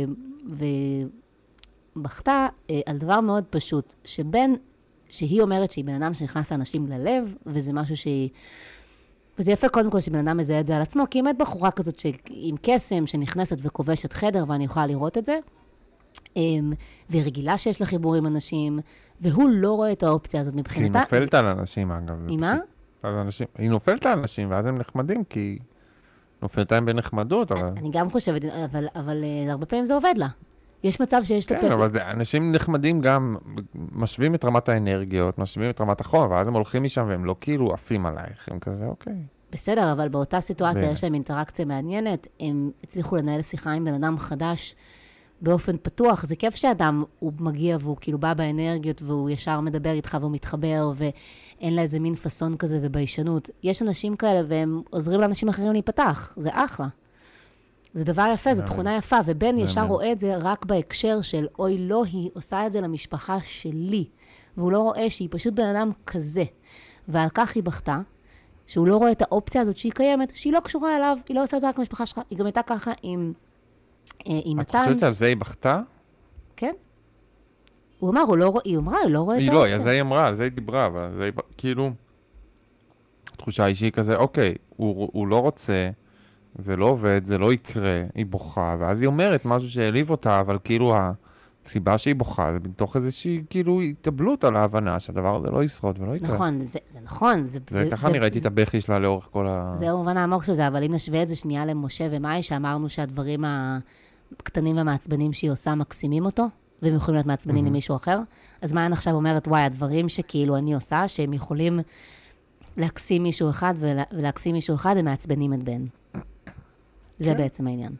ובכתה על דבר מאוד פשוט, שבין שהיא אומרת שהיא בן אדם שנכנס לאנשים ללב, וזה משהו שהיא... וזה יפה קודם כל שבן אדם מזהה את זה על עצמו, כי היא באמת בחורה כזאת עם קסם שנכנסת וכובשת חדר, ואני יכולה לראות את זה. והיא רגילה שיש לה חיבור עם אנשים, והוא לא רואה את האופציה הזאת מבחינתה. היא נופלת על אנשים, אגב. היא מה? היא נופלת על אנשים, ואז הם נחמדים, כי היא נופלת להם בנחמדות, אבל... אני גם חושבת, אבל הרבה פעמים זה עובד לה. יש מצב שיש... כן, אבל אנשים נחמדים גם משווים את רמת האנרגיות, משווים את רמת החום, ואז הם הולכים משם והם לא כאילו עפים עלייך, הם כזה, אוקיי. בסדר, אבל באותה סיטואציה יש להם אינטראקציה מעניינת, הם הצליחו לנהל שיחה עם בן אדם חדש, באופן פתוח. זה כיף שאדם הוא מגיע והוא כאילו בא באנרגיות והוא ישר מדבר איתך והוא מתחבר ואין לה איזה מין פסון כזה וביישנות. יש אנשים כאלה והם עוזרים לאנשים אחרים להיפתח. זה אחלה. זה דבר יפה, זו תכונה יפה, ובן ישר רואה את זה רק בהקשר של אוי לא, היא עושה את זה למשפחה שלי, והוא לא רואה שהיא פשוט בן אדם כזה, ועל כך היא בכתה, שהוא לא רואה את האופציה הזאת שהיא קיימת, שהיא לא קשורה אליו, היא לא עושה את זה רק למשפחה שלך, היא גם הייתה ככה עם, עם מתן. את חושבת שעל זה היא בכתה? כן. הוא אמר, הוא לא, היא אמרה, היא לא רואה את היא האופציה. לא, זה היא אמרה, על זה היא דיברה, אבל זה כאילו, התחושה היא שהיא כזה, אוקיי, הוא, הוא לא רוצה, זה לא עובד, זה לא יקרה, היא בוכה, ואז היא אומרת משהו שהעליב אותה, אבל כאילו הסיבה שהיא בוכה, זה בתוך איזושהי כאילו התאבלות על ההבנה שהדבר הזה לא ישרוד ולא יקרה. נכון, זה, זה נכון. זה, זה, זה ככה אני ראיתי את הבכי שלה לאורך כל ה... זה במובן העמוק של זה, אבל אם נשווה את זה שנייה למשה ומאי, שאמרנו שהדברים הקטנים והמעצבנים שהיא עושה מקסימים אותו, והם יכולים להיות מעצבנים למישהו אחר, אז מאי עכשיו אומרת, וואי, הדברים שכאילו אני עושה, שהם יכולים להקסים מישהו אחד ולהקסים מישהו אחד, הם מעצבנים את בן. זה בעצם העניין.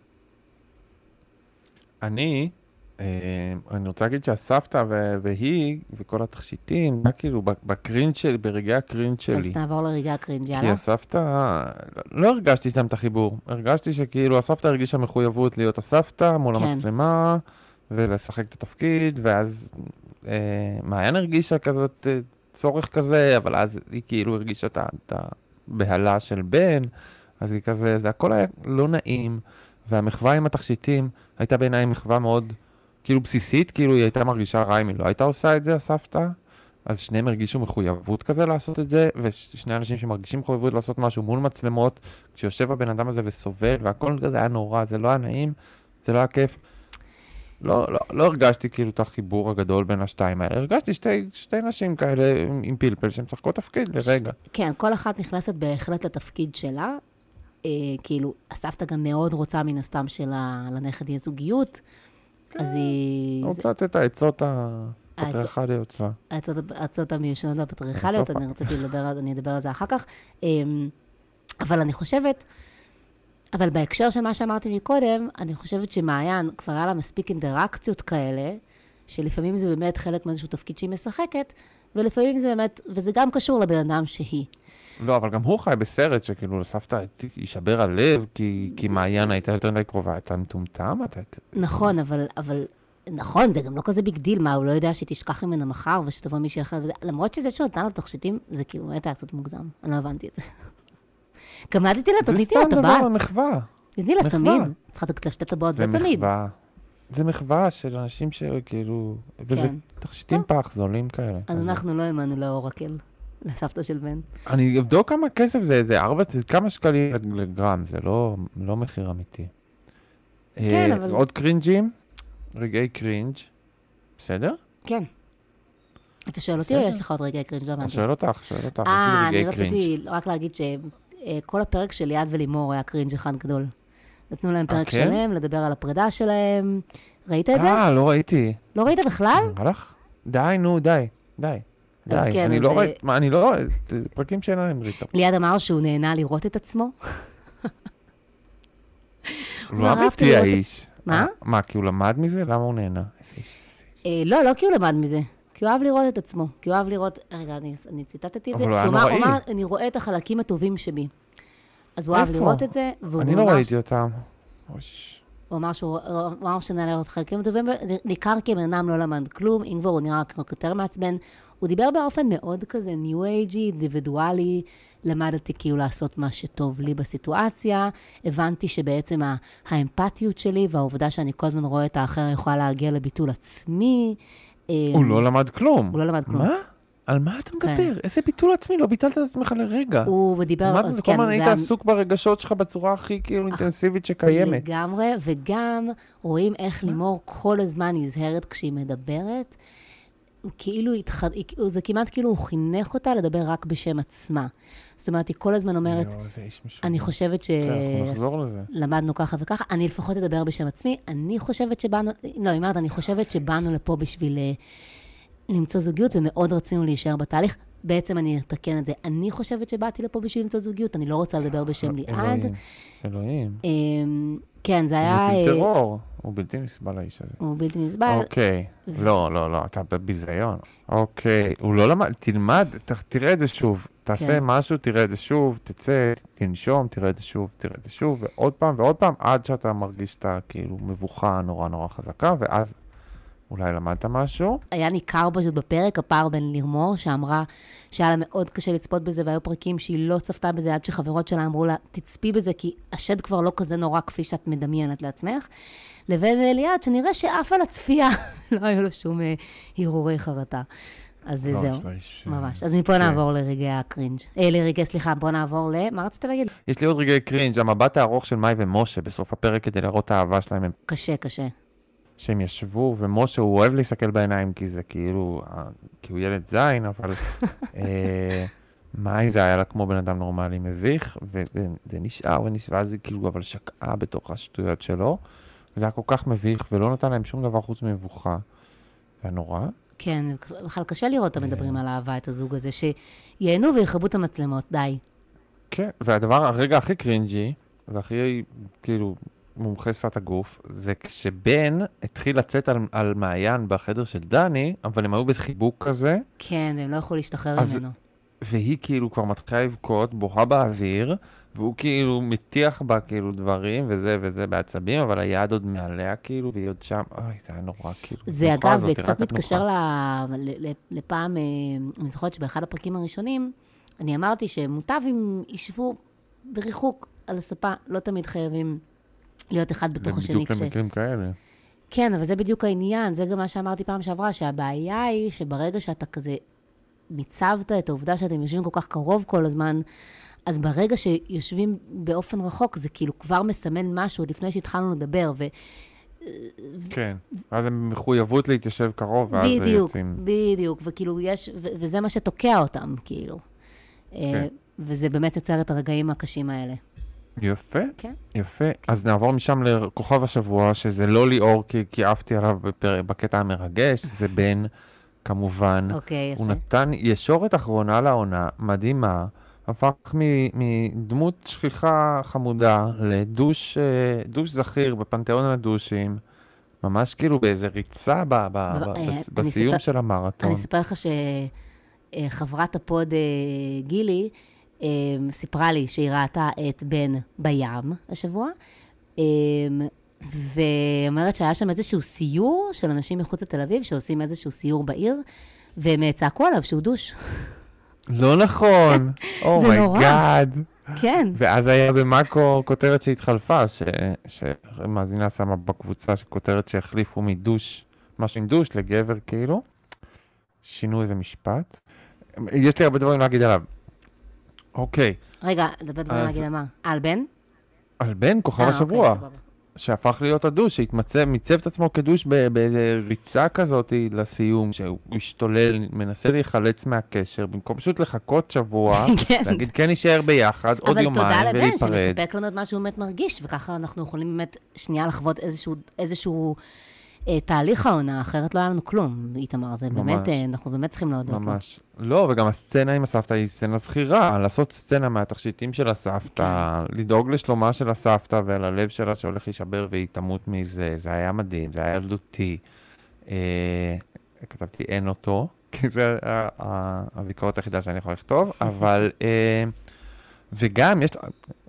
אני, אני רוצה להגיד שהסבתא והיא וכל התכשיטים, כאילו בקרינג' שלי, ברגעי הקרינג' שלי. אז נעבור לרגעי הקרינג', כי יאללה. הסבתא, לא הרגשתי שם את החיבור. הרגשתי שכאילו הסבתא הרגישה מחויבות להיות הסבתא מול המצלמה, ולשחק את התפקיד, ואז מעיין הרגישה כזאת צורך כזה, אבל אז היא כאילו הרגישה את הבהלה של בן, אז היא כזה, זה הכל היה לא נעים, והמחווה עם התכשיטים הייתה בעיניי מחווה מאוד, כאילו בסיסית, כאילו היא הייתה מרגישה רע אם היא לא הייתה עושה את זה, הסבתא, אז שניהם הרגישו מחויבות כזה לעשות את זה, ושני אנשים שמרגישים מחויבות לעשות משהו מול מצלמות, כשיושב הבן אדם הזה וסובל, והכל כזה היה נורא, זה לא היה נעים, זה לא היה כיף. לא, לא, לא הרגשתי כאילו את החיבור הגדול בין השתיים האלה, הרגשתי שתי, שתי נשים כאלה עם פלפל שהם צחקו תפקיד לרגע. כן, כל אחת נכנסת בהחלט לתפקיד שלה, אה, כאילו, הסבתא גם מאוד רוצה מן הסתם שלה לנכד יהיה זוגיות, כן, אז היא... רוצה לתת את העצות הפטריארכליות שלה. העצות המיושנות והפטריארכליות, אני רציתי לדבר, אני אדבר על זה אחר כך, אה, אבל אני חושבת, אבל בהקשר של מה שאמרתי מקודם, אני חושבת שמעיין כבר היה לה מספיק אינטראקציות כאלה, שלפעמים זה באמת חלק מאיזשהו תפקיד שהיא משחקת, ולפעמים זה באמת, וזה גם קשור לבן אדם שהיא. לא, אבל גם הוא חי בסרט שכאילו לסבתא יישבר הלב, כי, כי מעיין הייתה יותר די קרובה, הייתה מטומטם, אתה... נכון, אבל, אבל, נכון, זה גם לא כזה ביג דיל, מה, הוא לא יודע שהיא תשכח ממנה מחר, ושתבוא מישהי אחרת, למרות שזה שהוא נתן לה תכשיטים, זה כאילו, באמת היה קצת מוגזם, אני לא הבנתי את זה. גם עדיתי לה, תניתי לה טבעת. זה סתם דבר, מחווה. תניתי לה צמיד, צריכה לשתי טבעות וצמיד. זה מחווה. זה מחווה של אנשים שכאילו, וזה תכשיטים פח, זולים כאלה. אז אנחנו לא האמנו לאורקל, לסבתא של בן. אני אבדוק כמה כסף זה, זה ארבע, זה כמה שקלים לגרם, זה לא מחיר אמיתי. כן, אבל... עוד קרינג'ים, רגעי קרינג', בסדר? כן. אתה שואל אותי או יש לך עוד רגעי קרינג'? אני שואל אותך, שואל אותך. אה, אני רציתי רק להגיד שכל הפרק של ליעד ולימור היה קרינג' אחד גדול. נתנו להם פרק שלם, לדבר על הפרידה שלהם. ראית את זה? אה, לא ראיתי. לא ראית בכלל? נראה לך? די, נו, די, די. די, כן, אני לא רואה, מה, אני לא רואה, פרקים שאין להם ריטה. ליעד אמר שהוא נהנה לראות את עצמו. הוא לא אמיתי האיש. מה? מה, כי הוא למד מזה? למה הוא נהנה? לא, לא כי הוא למד מזה. כי הוא אוהב לראות את עצמו. כי הוא אוהב לראות... רגע, אני ציטטתי את זה. אבל הוא היה נוראי. הוא אמר, אני רואה את החלקים הטובים שבי. אז הוא אוהב לראות את זה. אני לא ראיתי אותם. הוא אמר שהוא אמר שנעלה לראות חלקים טובים. ניכר כי בן אדם לא למד כלום. אם כבר הוא נראה יותר מעצבן. הוא דיבר באופן מאוד כזה ניו אייג'י, אינדיבידואלי. למדתי כאילו לעשות מה שטוב לי בסיטואציה. הבנתי שבעצם האמפתיות שלי והעובדה שאני כל הזמן רואה את האחר יכולה להגיע לביטול עצמי. הוא לא למד כלום. הוא לא למד כלום. מה? על מה אתה מדבר? איזה ביטול עצמי? לא ביטלת את עצמך לרגע. הוא דיבר, אז כן. כל הזמן היית עסוק ברגשות שלך בצורה הכי כאילו אינטנסיבית שקיימת. לגמרי, וגם רואים איך לימור כל הזמן נזהרת כשהיא מדברת. כאילו, זה כמעט כאילו הוא חינך אותה לדבר רק בשם עצמה. זאת אומרת, היא כל הזמן אומרת, אני חושבת שלמדנו ככה וככה, אני לפחות אדבר בשם עצמי, אני חושבת שבאנו, לא, היא אומרת, אני חושבת שבאנו לפה בשביל למצוא זוגיות, ומאוד רצינו להישאר בתהליך, בעצם אני אתקן את זה. אני חושבת שבאתי לפה בשביל למצוא זוגיות, אני לא רוצה לדבר בשם ליעד. אלוהים, אלוהים. אמ, כן, זה היה... הוא אה, טרור, הוא בלתי נסבל האיש הזה. הוא בלתי נסבל. אוקיי, לא, לא, לא, אתה בביזיון. אוקיי, הוא לא למד, תלמד, ת- תראה את זה שוב. תעשה כן. משהו, תראה את זה שוב, תצא, תנשום, תראה את זה שוב, תראה את זה שוב, ועוד פעם ועוד פעם, עד שאתה מרגיש את כאילו מבוכה נורא נורא חזקה, ואז אולי למדת משהו. היה ניכר פשוט בפרק הפער בין לירמור, שאמרה שהיה לה מאוד קשה לצפות בזה, והיו פרקים שהיא לא צפתה בזה, עד שחברות שלה אמרו לה, תצפי בזה, כי השד כבר לא כזה נורא כפי שאת מדמיינת לעצמך. לבין ליעד, שנראה שאף על הצפייה, לא היו לו שום אה, הרהורי חרטה. אז לא, זהו, יש לה איש, אה, ממש. אז מפה כן. נעבור לרגעי הקרינג'. אה, לרגעי, סליחה, בוא נעבור ל... מה רצית להגיד? יש לי עוד רגעי קרינג', המבט הארוך של מאי ומשה בסוף הפרק כדי לראות את האהבה שלהם, הם- קשה, קשה. שהם ישבו, ומשה הוא אוהב להסתכל בעיניים, כי זה כאילו, אה, כי הוא ילד זין, אבל אה, מאי זה היה לה כמו בן אדם נורמלי מביך, ו- וזה נשאר ונשאר, זה כאילו אבל שקעה בתוך השטויות שלו, וזה היה כל כך מביך, ולא נתן להם שום דבר חוץ ממבוכה. זה היה נורא. כן, בכלל קשה לראות אותם מדברים על אהבה, את הזוג הזה, שייהנו ויחרבו את המצלמות, די. כן, והדבר, הרגע הכי קרינג'י, והכי כאילו מומחה שפת הגוף, זה כשבן התחיל לצאת על, על מעיין בחדר של דני, אבל הם היו בחיבוק כזה, כן, הם לא יכלו להשתחרר אז- ממנו. והיא כאילו כבר מתחילה לבכות, בוכה באוויר, והוא כאילו מטיח בה כאילו דברים, וזה וזה בעצבים, אבל היד עוד מעליה כאילו, והיא עוד שם, אוי, זה היה נורא כאילו. זה התנוחה אגב, הזאת, קצת רק מתקשר התנוחה. ל- ל- ל- לפעם, אה, אני זוכרת שבאחד הפרקים הראשונים, אני אמרתי שמוטב אם ישבו בריחוק על הספה, לא תמיד חייבים להיות אחד בתוך זה השני. בדיוק כש- למקרים כאלה. כן, אבל זה בדיוק העניין, זה גם מה שאמרתי פעם שעברה, שהבעיה היא שברגע שאתה כזה מיצבת את העובדה שאתם יושבים כל כך קרוב כל הזמן, אז ברגע שיושבים באופן רחוק, זה כאילו כבר מסמן משהו עוד לפני שהתחלנו לדבר, ו... כן, אז הם מחויבות להתיישב קרוב, ואז בדיוק, יוצאים. בדיוק, וכאילו יש, ו- וזה מה שתוקע אותם, כאילו. אה, וזה באמת יוצר את הרגעים הקשים האלה. יפה, כן. יפה. אז נעבור משם לכוכב השבוע, שזה לא ליאור, כי, כי עפתי עליו בפר... בקטע המרגש, זה בן, כמובן. אוקיי, הוא יפה. נתן ישורת אחרונה לעונה, מדהימה, הפך מ- מדמות שכיחה חמודה לדוש אה, דוש זכיר בפנתיאון הדושים, ממש כאילו באיזה ריצה ב- ב- ב- אה, בס- אני בסיום אספר- של המרתון. אני אספר לך שחברת הפוד אה, גילי אה, סיפרה לי שהיא ראתה את בן בים השבוע, אה, ואומרת שהיה שם איזשהו סיור של אנשים מחוץ לתל אביב, שעושים איזשהו סיור בעיר, והם צעקו עליו שהוא דוש. לא נכון, נורא. אומייגאד. כן. ואז היה במאקו כותרת שהתחלפה, ש- שמאזינה שמה בקבוצה שכותרת שהחליפו מדוש, משהו עם דוש לגבר כאילו. שינו איזה משפט. יש לי הרבה דברים להגיד עליו. אוקיי, רגע, דבר דברים אז- להגיד על מה? על בן? על בן כוכב אה, השבוע, אוקיי, סבבה. שהפך להיות הדוש, שהתמצב, מיצב את עצמו כדוש ב- באיזה ריצה כזאת לסיום, שהוא השתולל, מנסה להיחלץ מהקשר, במקום פשוט לחכות שבוע, כן. להגיד כן נשאר ביחד, עוד אבל תודה יומיים לבן ולהיפרד. שמספק לנו את מה שהוא באמת מרגיש, וככה אנחנו יכולים באמת שנייה לחוות איזשהו, איזשהו אה, תהליך העונה, אחרת לא היה לנו כלום, איתמר, זה באמת, ממש. אה, אנחנו באמת צריכים להודות לו. ממש. לא, וגם הסצנה עם הסבתא היא סצנה זכירה, לעשות סצנה מהתכשיטים של הסבתא, לדאוג לשלומה של הסבתא ועל הלב שלה שהולך להישבר והיא תמות מזה, זה היה מדהים, זה היה ילדותי. אה, כתבתי אין אותו, כי זה ה- ה- הביקורת היחידה שאני יכול לכתוב, אבל, אה, וגם יש לו,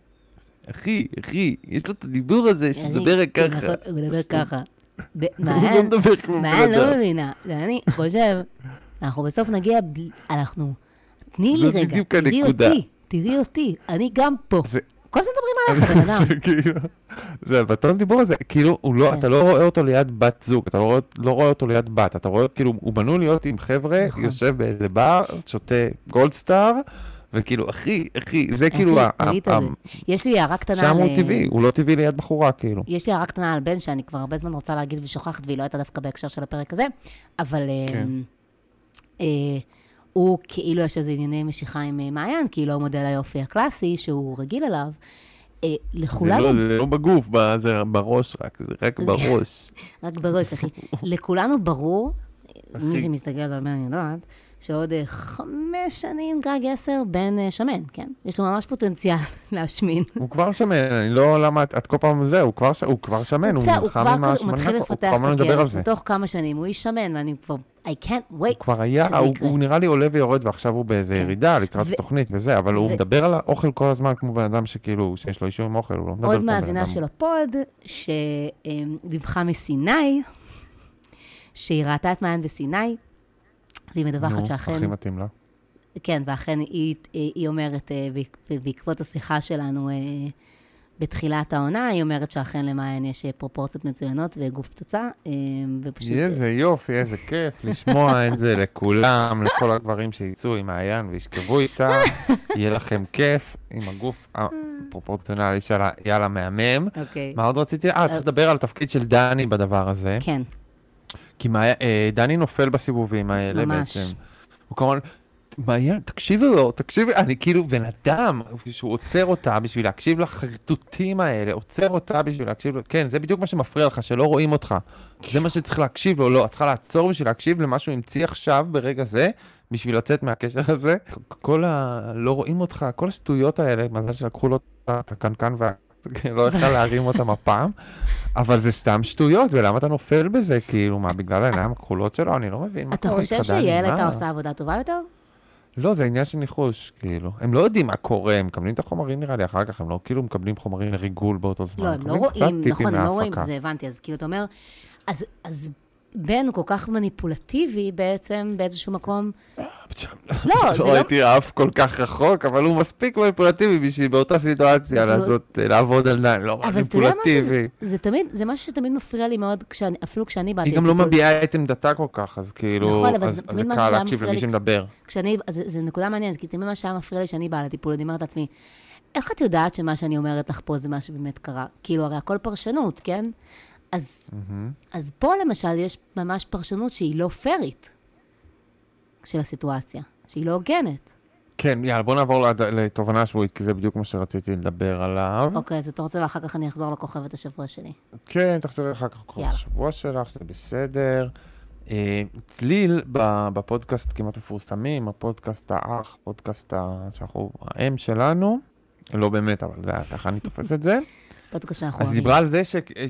אחי, אחי, יש לו את הדיבור הזה שמדבר ככה. נכון, הוא מדבר ככה. ב- הוא לא מעיין, מדבר כמו מעיין בן לא אדם. מבינה, ואני חושב, אנחנו בסוף נגיע, בלי- אנחנו, תני לי זאת רגע, בדיוק תראי הנקודה. אותי, תראי אותי, אני גם פה. זה- כל הזמן מדברים עליך, בן אדם. זה כאילו, זה בטון דיבור הזה, כאילו, הוא לא, כן. אתה לא רואה אותו ליד בת זוג, אתה לא רואה, לא רואה אותו ליד בת, אתה רואה, כאילו, הוא בנוי להיות עם חבר'ה, נכון. יושב באיזה בר, שותה גולדסטאר, וכאילו, אחי, אחי, זה כאילו, ה- תראי את ה- זה. יש לי הערה קטנה, שם הוא על- טבעי, הוא לא טבעי ליד בחורה, כאילו. יש לי הערה קטנה על בן, שאני כבר הרבה זמן רוצה להגיד ושוכחת, והיא לא הייתה דווקא בהקשר של הפרק הזה, אבל אה, כן. אה, הוא כאילו יש איזה ענייני משיכה עם אה, מעיין, כאילו המודל היופי הקלאסי, שהוא רגיל אליו. אה, זה לכולנו, לא- זה לא בגוף, ב- זה בראש רק, זה רק בראש. רק בראש, אחי, לכולנו ברור, מי אחי. שמסתכל על בן, אני יודעת, שעוד אה, חמש שנים, גג עשר, בן אה, שמן, כן? יש לו ממש פוטנציאל להשמין. הוא כבר שמן, אני לא, למה, את כל פעם זה, הוא כבר, הוא כבר שמן, הוא נלחם עם השמנה, הוא מתחיל לפתח את הכרס, בתוך כמה שנים, הוא איש שמן, ואני כבר, I can't wait. הוא כבר היה, הוא נראה לי עולה ויורד, ועכשיו הוא באיזה ירידה, לקראת התוכנית וזה, אבל הוא מדבר על האוכל כל הזמן, כמו בן אדם שכאילו, שיש לו אישור עם אוכל, הוא לא מדבר עוד מאזינה של הפוד, שדיווחה מסיני, שהיא ראתה את מעיין בסיני, והיא מדווחת שאכן... נו, הכי מתאים לה. כן, ואכן היא, היא אומרת, בעקבות השיחה שלנו בתחילת העונה, היא אומרת שאכן למעיין יש פרופורציות מצוינות וגוף פצצה, ופשוט... איזה יופי, איזה כיף לשמוע את זה לכולם, לכל הגברים שיצאו עם מעיין וישכבו איתה, יהיה לכם כיף עם הגוף הפרופורציונלי שלה, יאללה מהמם. אוקיי. מה עוד רציתי? אה, צריך לדבר על התפקיד של דני בדבר הזה. כן. כי דני נופל בסיבובים האלה בעצם. הוא כמובן, מעיין, תקשיבי לו, תקשיבי, אני כאילו בן אדם, שהוא עוצר אותה בשביל להקשיב לחרטוטים האלה, עוצר אותה בשביל להקשיב לו, כן, זה בדיוק מה שמפריע לך, שלא רואים אותך. זה מה שצריך להקשיב לו, לא, את צריכה לעצור בשביל להקשיב למה שהוא המציא עכשיו ברגע זה, בשביל לצאת מהקשר הזה. כל ה... לא רואים אותך, כל השטויות האלה, מזל שלקחו לו את הקנקן וה... לא יכול להרים אותם הפעם, אבל זה סתם שטויות, ולמה אתה נופל בזה, כאילו, מה, בגלל העיניים הכחולות שלו? אני לא מבין. אתה חושב שיעל הייתה עושה עבודה טובה יותר? לא, זה עניין של ניחוש, כאילו. הם לא יודעים מה קורה, הם מקבלים את החומרים נראה לי אחר כך, הם לא כאילו מקבלים חומרים לריגול באותו זמן. לא, הם לא רואים, נכון, הם לא רואים, זה הבנתי, אז כאילו אתה אומר, אז בן הוא כל כך מניפולטיבי בעצם באיזשהו מקום. לא ראיתי אף כל כך רחוק, אבל הוא מספיק מניפולטיבי בשביל באותה סיטואציה לעשות, לעבוד על נען, לא מניפולטיבי. זה תמיד, זה משהו שתמיד מפריע לי מאוד, אפילו כשאני באתי... היא גם לא מביעה את עמדתה כל כך, אז כאילו, אז זה קל להקשיב למי שמדבר. זה נקודה מעניינת, כי תמיד מה שהיה מפריע לי שאני באה לטיפול, אני אומרת לעצמי, איך את יודעת שמה שאני אומרת לך פה זה מה שבאמת קרה? כאילו, הרי הכל פרשנות, כן? אז, mm-hmm. אז פה למשל יש ממש פרשנות שהיא לא פרית של הסיטואציה, שהיא לא הוגנת. כן, יאללה, בוא נעבור לתובנה שבועית, כי זה בדיוק מה שרציתי לדבר עליו. אוקיי, אז אתה רוצה ואחר כך אני אחזור לכוכבת השבוע שלי. כן, תחזור אחר כך לכוכבת השבוע שלך, זה בסדר. צליל בפודקאסט כמעט מפורסמים, הפודקאסט האח, פודקאסט שאנחנו, האם שלנו, לא באמת, אבל זה, ככה אני תופס את זה. אז היא דיברה על זה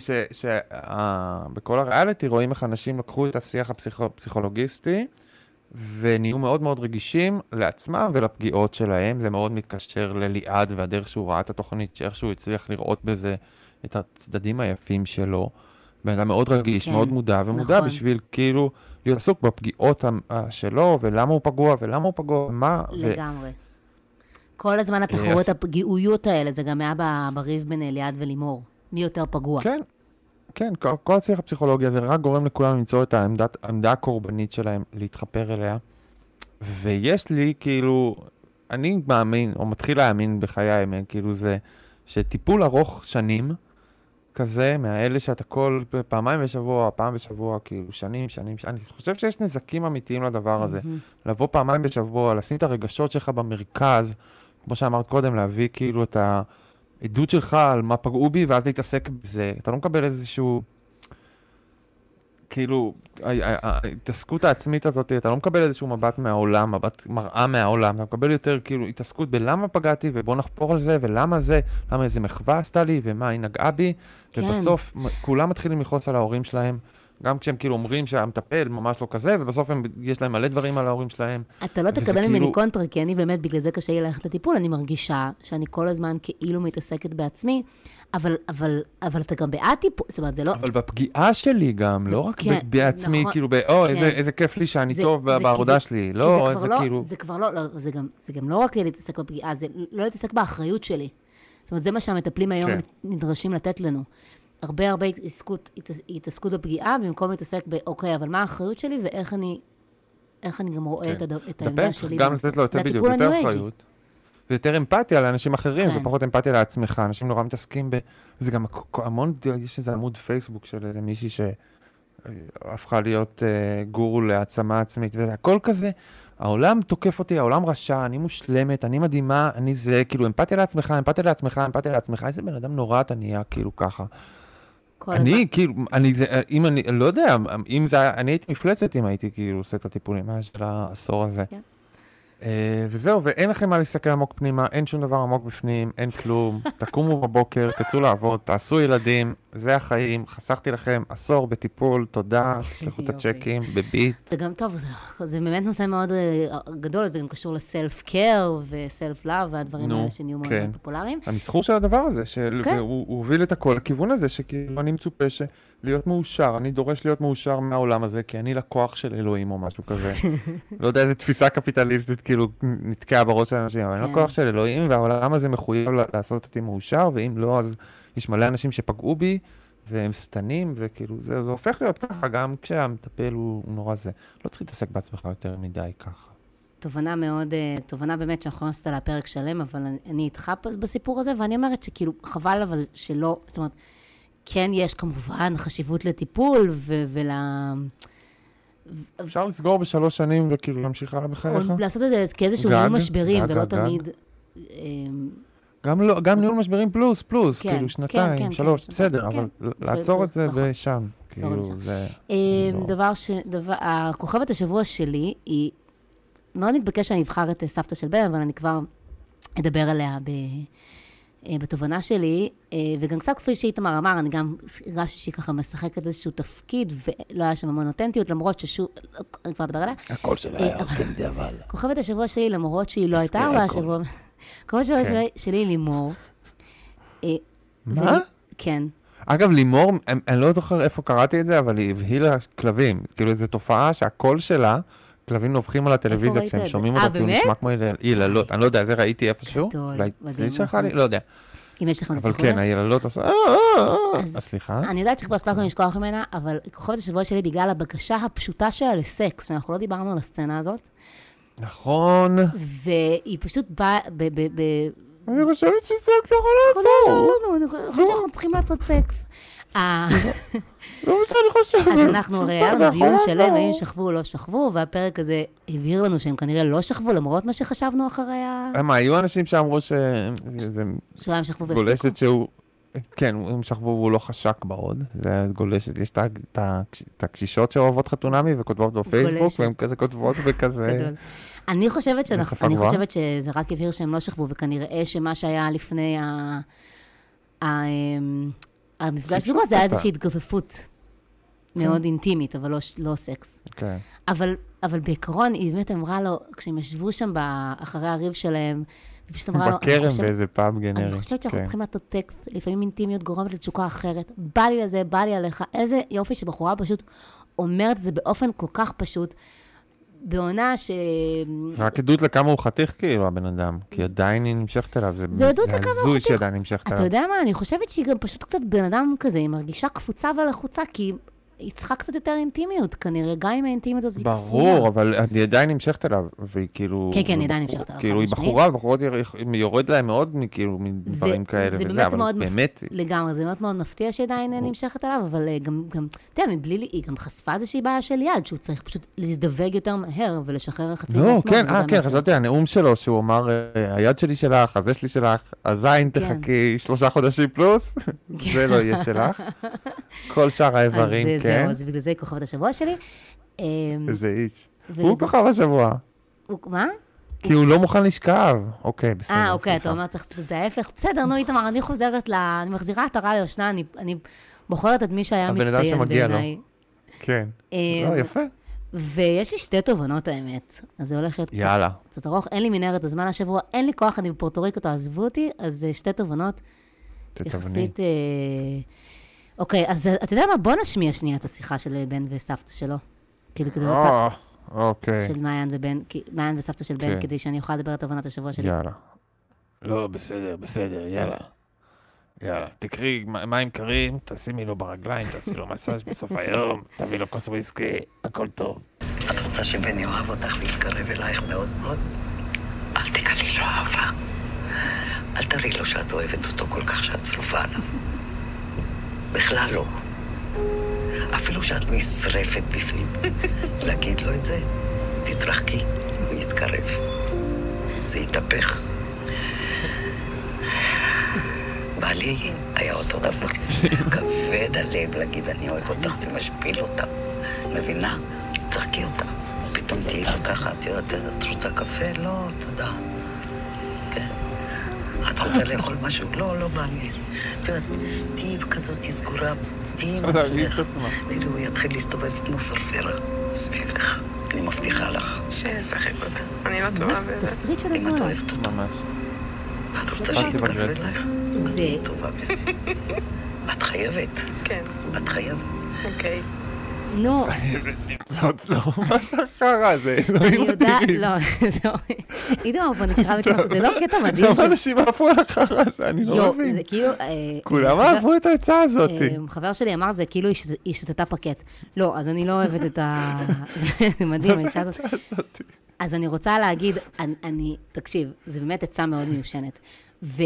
שבכל הריאליטי רואים איך אנשים לקחו את השיח הפסיכולוגיסטי ונהיו מאוד מאוד רגישים לעצמם ולפגיעות שלהם. זה מאוד מתקשר לליעד והדרך שהוא ראה את התוכנית, שאיך שהוא הצליח לראות בזה את הצדדים היפים שלו. בן אדם מאוד רגיש, מאוד מודע ומודע בשביל כאילו להיות עסוק בפגיעות שלו ולמה הוא פגוע ולמה הוא פגוע ומה. לגמרי. כל הזמן התחרות הפגיעויות האלה, זה גם היה בריב בין ליעד ולימור. מי יותר פגוע? כן, כן, כל השיח הפסיכולוגי הזה רק גורם לכולם למצוא את העמדה הקורבנית שלהם, להתחפר אליה. ויש לי כאילו, אני מאמין, או מתחיל להאמין בחיי האמת, כאילו זה, שטיפול ארוך שנים, כזה, מהאלה שאתה כל פעמיים בשבוע, פעם בשבוע, כאילו שנים, שנים, שנים. אני חושב שיש נזקים אמיתיים לדבר הזה. לבוא פעמיים בשבוע, לשים את הרגשות שלך במרכז, כמו שאמרת קודם, להביא כאילו את העדות שלך על מה פגעו בי, ואז להתעסק בזה. אתה לא מקבל איזשהו, כאילו, ההתעסקות העצמית הזאת, אתה לא מקבל איזשהו מבט מהעולם, מבט מראה מהעולם, אתה מקבל יותר כאילו התעסקות בלמה פגעתי, ובוא נחפור על זה, ולמה זה, למה איזה מחווה עשתה לי, ומה היא נגעה בי, כן. ובסוף כולם מתחילים לכעוס על ההורים שלהם, גם כשהם כאילו אומרים שהמטפל ממש לא כזה, ובסוף הם, יש להם מלא דברים על ההורים שלהם. אתה לא תקבל ממני כאילו... קונטרה, כי אני באמת, בגלל זה קשה לי ללכת לטיפול, אני מרגישה שאני כל הזמן כאילו מתעסקת בעצמי, אבל, אבל, אבל אתה גם בעד טיפול, זאת אומרת, זה לא... אבל בפגיעה שלי גם, לא רק כן, בעצמי, נכון, כאילו, ב... או, כן. איזה, איזה כיף לי שאני זה, טוב זה, בעבודה זה, שלי, לא, זה איזה לא, כאילו... זה כבר לא, לא זה, גם, זה גם לא רק להתעסק בפגיעה, זה לא להתעסק באחריות שלי. זאת אומרת, זה מה שהמטפלים היום כן. נדרשים לתת לנו. הרבה הרבה התעסקות, התעסקות בפגיעה, במקום להתעסק באוקיי, אבל מה האחריות שלי ואיך אני, איך אני גם רואה כן. את, את העמדה שלי. גם לתת לו יותר בדיוק, יותר אחריות. ויותר אמפתיה לאנשים אחרים, כן. ופחות אמפתיה לעצמך. אנשים נורא מתעסקים ב... זה גם המון, יש איזה עמוד פייסבוק של איזה מישהי שהפכה להיות uh, גורו להעצמה עצמית, וזה הכל כזה, העולם תוקף אותי, העולם רשע, אני מושלמת, אני מדהימה, אני זה, כאילו אמפתיה לעצמך, אמפתיה לעצמך, אמפתיה לעצמך, איזה בן אדם נורא אתה נהיה, כאילו ככה. כל אני, הזמן. כאילו, אני, זה, אם אני, לא יודע, אם זה היה, אני הייתי מפלצת אם הייתי כאילו עושה את הטיפולים של העשור הזה. כן. אה, וזהו, ואין לכם מה להסתכל עמוק פנימה, אין שום דבר עמוק בפנים, אין כלום, תקומו בבוקר, תצאו לעבוד, תעשו ילדים, זה החיים, חסכתי לכם עשור בטיפול, תודה, תשלחו את יופי. הצ'קים בביט. זה גם טוב, זה, זה באמת נושא מאוד אה, גדול, זה גם קשור לסלף קר וסלף לאב, והדברים נו, האלה שנהיו מאוד כן. מאוד פופולריים. המסחור של הדבר הזה, של, כן. הוא, הוא הוביל את הכל לכיוון הזה, שכאילו אני מצופה להיות מאושר, אני דורש להיות מאושר מהעולם הזה, כי אני לקוח של אלוהים או משהו כזה. לא יודע איזה תפיסה קפיטליסטית כאילו נתקעה בראש של אנשים, אבל אני כן. לקוח של אלוהים, והעולם הזה מחויב לעשות אותי מאושר, ואם לא, אז יש מלא אנשים שפגעו בי, והם סתנים, וכאילו זה, זה הופך להיות ככה, גם כשהמטפל הוא, הוא נורא זה. לא צריך להתעסק בעצמך יותר מדי ככה. תובנה מאוד, אה, תובנה באמת שאנחנו יכולים לעשות עליה פרק שלם, אבל אני, אני איתך בסיפור הזה, ואני אומרת שכאילו חבל אבל שלא, זאת אומרת, כן יש כמובן חשיבות לטיפול ו- ול... אפשר לסגור בשלוש שנים וכאילו להמשיך הלאה בחייך? או לעשות את זה כאיזשהו גג, ניהול משברים, גג, ולא גג. תמיד... אה, גם, לא, גם ניהול משברים פלוס, פלוס, כן, כאילו כן, שנתיים, כן, שלוש, כן, בסדר, כן. אבל זה- לעצור זה- את זה נכון. בשם, לעצור את כאילו זה שם. זה... אה, לא. דבר ש... דבר... הכוכבת השבוע שלי היא... מאוד מתבקש שאני אבחר את אה, סבתא של בן, אבל אני כבר אדבר עליה ב... אה, בתובנה שלי, אה, וגם קצת כפי שאיתמר אמר, אני גם הרגשתי שהיא ככה משחקת איזשהו תפקיד, ולא היה שם המון אותנטיות, למרות ששוב, אני כבר אדבר עליה. הכל שלה אה, היה אבל- אותנטי, אבל... כוכבת השבוע שלי, למרות שהיא לא הייתה, הזכירה אבל הכל. השבוע... כוכבת השבוע כן. שלי- שלי היא לימור. אה, מה? ולי- כן. אגב, לימור, אני- אני לא זוכר איפה קראתי את זה, אבל היא הבהילה כלבים. כאילו, זו תופעה שהקול שלה, כלבים נובחים על הטלוויזיה ראית כשהם את זה? שומעים אה, אותו, כי הוא באמת? נשמע כמו ילל- יללות. אני לא יודע, זה ראיתי איפשהו. גדול, אולי מדהים, אצלי שלך לי? נכון. לא יודע. אם יש לכם אבל זכות כן, לזה? היללות עושה... אה, אה, אה. אז- אז סליחה. אני יודעת שכבר הספקנו לשכוח ממנה, אבל כוכבת השבוע שלי בגלל הבקשה הפשוטה שלה לסקס, שאנחנו לא דיברנו על הסצנה הזאת, נכון. והיא פשוט באה ב... ב- ב- אני חושבת שזה יכול לא, לעבור. לא, לא, אני חושבת שאנחנו צריכים לעשות סקס. אה, לא מה שאני חושבת. אז אנחנו הרי היה לנו זה דיון יכול שלם, לעבור. האם שכבו או לא שכבו, והפרק הזה הבהיר לנו שהם כנראה לא שכבו, למרות מה שחשבנו אחרי ה... מה, היו אנשים שאמרו שזה שאולי הם שכבו והפסיקו. גולשת שהוא... כן, הם שכבו והוא לא חשק בעוד. זה גולשת, יש את ה- את ה- את הקשישות שאוהבות חתונמי וכותבות בפייסבוק, גולשת. והן כזה כותבות וכזה... גדול. אני חושבת שאנחנו, בשפה אני גבוהה? חושבת שזה רק הבהיר שהם לא שכבו, וכנראה שמה שהיה לפני ה... ה... אמ, המפגש זוגות זה היה אותה. איזושהי התגופפות מאוד אינטימית, אבל לא, ש- לא סקס. כן. אבל, אבל בעיקרון היא באמת אמרה לו, כשהם ישבו שם ב- אחרי הריב שלהם, היא פשוט אמרה לו, אני בכרם חושבת- באיזה פאב גנרי. אני חושבת שאנחנו כן. צריכים לעשות טקסט, לפעמים אינטימיות גורמת לתשוקה אחרת. בא לי לזה, בא לי עליך. איזה יופי שבחורה פשוט אומרת את זה באופן כל כך פשוט, בעונה ש... זה רק עדות לכמה הוא חתיך כאילו הבן אדם, כי עדיין היא נמשכת אליו. זה עדות לכמה הוא הזוי חתיך. שהיא עדיין נמשכת אתה אליו. יודע מה? אני חושבת שהיא גם פשוט קצת בן אדם כזה, היא מרגישה קפוצה ולחוצה, כי היא צריכה קצת יותר אינטימיות, כנראה, גם אם האינטימיות הזאת היא ברור, כפויה. אבל היא עדיין נמשכת אליו, והיא כאילו... כן, כן, היא עדיין נמשכת אליו, כאילו חד היא משמעית. בחורה, בחורות יורד להם מאוד מכאילו מדברים כאלה זה וזה, באמת אבל מאוד מפ- באמת... לגמרי, זה מאוד מאוד מפתיע שעדיין נמשכת עליו, אבל אה, גם, גם, אתה יודע, מבלי, לי- היא גם חשפה איזושהי בעיה של יד, שהוא צריך פשוט להזדווג יותר מהר ולשחרר לחצים לא, מעצמו, כן, וזה אה, גם כן, יפה. חשבתי, הנאום שלו, שהוא אמר, אה, היד שלי שלך, הזה שלי שלך, הזין כן. תחכי שלושה חודשים פלוס, זה לא יהיה שלך. כל שאר אז האיברים, אה, כן. זהו, אז בגלל זה היא כוכבת השבוע שלי. אה, איזה איש. ו- הוא כוכב השבוע, הוא- מה? כי הוא לא מוכן לשכב. אוקיי, בסדר. אה, אוקיי, סליחה. אתה אומר צריך לעשות את זה ההפך. בסדר, נו, איתמר, אני חוזרת ל... אני מחזירה עטרה ליושנה, אני- אני בוחרת את מי שהיה הבן אדם מצטיין שמגיע לו. בעיניי. כן. אה, לא, יפה. ויש לי שתי תובנות, האמת. אז זה הולך להיות קצת- יאללה. קצת ארוך. אין לי מנהרת הזמן השבוע, אין לי כוח, אני בפורטו ריקו, תעזבו אותי, אז אה, שתי תובנות תתבני. יחסית... אה, אוקיי, אז אה, אתה יודע מה? בוא נשמיע שנייה את השיחה של בן וסבתא שלו. כאילו, כדי רוצה... אה, אוקיי. של מעיין ובן, כי- מעיין וסבתא של בן, כן. כדי שאני אוכל לדבר את תובנת השבוע שלי. יאללה. לא, בסדר, בסדר, יאללה. יאללה, תקרי מים קרים, תשימי לו ברגליים, תעשי לו מסאז' בסוף היום, תביא לו כוס וויסקי, הכל טוב. את רוצה שבן יאהב אותך ויתקרב אלייך מאוד מאוד? אל תקלי לו אהבה. אל תראי לו שאת אוהבת אותו כל כך שאת צרופה עליו. בכלל לא. אפילו שאת נשרפת בפנים. להגיד לו את זה, תתרחקי, הוא יתקרב. זה יתהפך. ביי. בעלי היה אותו דבר. כבד הלב להגיד, אני אוהב אותך, זה משפיל אותה. מבינה? צחקי אותה. פתאום תהיי ככה, את יודעת, את רוצה קפה? לא, תודה. כן. את רוצה לאכול משהו? לא, לא בא לי. את יודעת, תהיי כזאת סגורה, תהיי עם עצמך. כאילו, הוא יתחיל להסתובב כמו פרפרה סביבך. אני מבטיחה לך. שישחק אותה. אני לא טובה בזה. תסריט של אם את הדבר. אוהבת אותו. ממש. את רוצה שיתקרב אלייך? זה... תהיי טובה בזה. את חייבת. כן, את חייבת. אוקיי. נו, זאת לא, מה זה החרא הזה? אני אלוהים יודעת, אדירים. לא, זהו. איתמר, בוא נקרא בצלם, זה לא קטע מדהים. כמה ש- אנשים עפו על החרא הזה? אני לא יו, מבין. זה כאילו... אה, כולם חבר- אהבו את העצה הזאת. אה, חבר שלי אמר, זה כאילו היא- היא שתתה פקט. לא, אז אני לא אוהבת את ה... זה מדהים, האישה הזאת. אז אני רוצה להגיד, אני, אני, תקשיב, זה באמת עצה מאוד מיושנת. ו...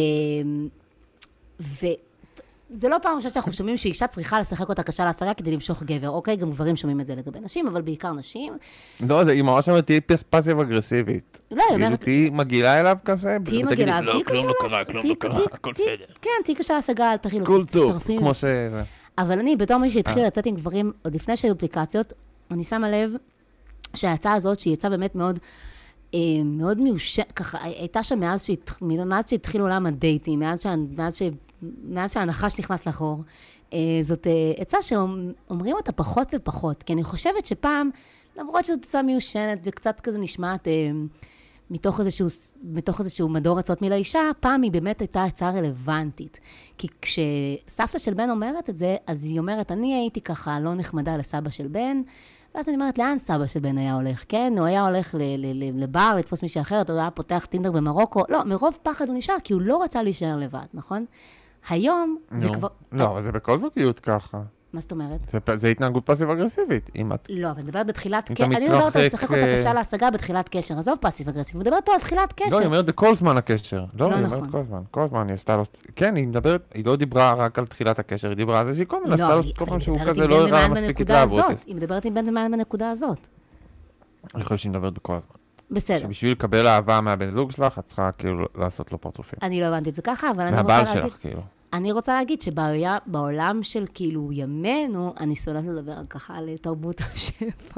ו... זה לא פעם ראשונה שאנחנו שומעים שאישה צריכה לשחק אותה קשה להשגה כדי למשוך גבר. אוקיי, גם גברים שומעים את זה לגבי נשים, אבל בעיקר נשים. לא, זה- היא ממש אומרת, תהיי פס- פאסיב אגרסיבית. לא, היא כאילו, אומרת, תהיי מגעילה אליו כזה. תהיי ותגידי, מגעילה, לא, תהיי כלום קשה לא להש- קרה, כלום תהיי- לא קרה, תהיי- הכל תהיי- בסדר. כן, תהיי קשה להשגה, אל תכיל הכל טוב, תשרפי. כמו ש... אבל אני, בתור מי שהתחיל לצאת עם גברים, עוד לפני שהיו אפליקציות, אני שמה לב שההצעה הזאת, שהיא יצאה באמת מאוד, אה, מאוד מיושנת, ככה, הייתה שם מאז שהת- מאז שהתחיל עולם הדייטים, מאז שה- מאז ש- מאז שהנחש נכנס לחור. אה, זאת אה, עצה שאומרים אותה פחות ופחות, כי אני חושבת שפעם, למרות שזאת עצה מיושנת וקצת כזה נשמעת אה, מתוך איזשהו, מתוך איזשהו מדור עצות מי לאישה, פעם היא באמת הייתה הצעה רלוונטית. כי כשסבתא של בן אומרת את זה, אז היא אומרת, אני הייתי ככה לא נחמדה לסבא של בן, ואז אני אומרת, לאן סבא של בן היה הולך? כן, הוא היה הולך ל- ל- ל- לבר, לתפוס מישהי אחרת, הוא היה פותח טינדר במרוקו. לא, מרוב פחד הוא נשאר, כי הוא לא רצה להישאר לבד, נכון? היום זה נו. כבר... לא, אבל זה בכל זוגיות ככה. מה זאת אומרת? זה פ- זה התנהגות פאסיב אגרסיבית. אם את... לא, אבל אני מדברת בתחילת אם קשר, אתה אני מדברת על מתרחק, לשחק אותה אה, קשה להשגה בתחילת קשר, עזוב פאסיב אגרסיב, אני מדברת פה על תחילת קשר. לא, היא אומרת בכל זמן הקשר. לא, לא היא נכון. אומרת כל הזמן. כל הזמן היא עשתה לו... כן, היא מדברת, היא לא דיברה רק על תחילת הקשר, היא דיברה על זה שהיא כל מיני לא, עשתה אבל לו היא- כל אבל פעם היא שהוא מדברת כזה עם לא בן הראה ומעיין מספיק בנקודה התלהבות. הזאת. היא מדברת עם בן ומעיין בנקודה הזאת. אני חושב שהיא מדברת בכל הזמן. בסדר. שבשביל לקבל אהבה מהבן זוג שלך, את צריכה כאילו לעשות לו פרצופים. אני לא הבנתי את זה ככה, אבל אני רוצה מהבעל להגיד... שלך, כאילו. אני רוצה להגיד שבעולם של כאילו ימינו, אני סוללת לדבר ככה על תרבות השפע.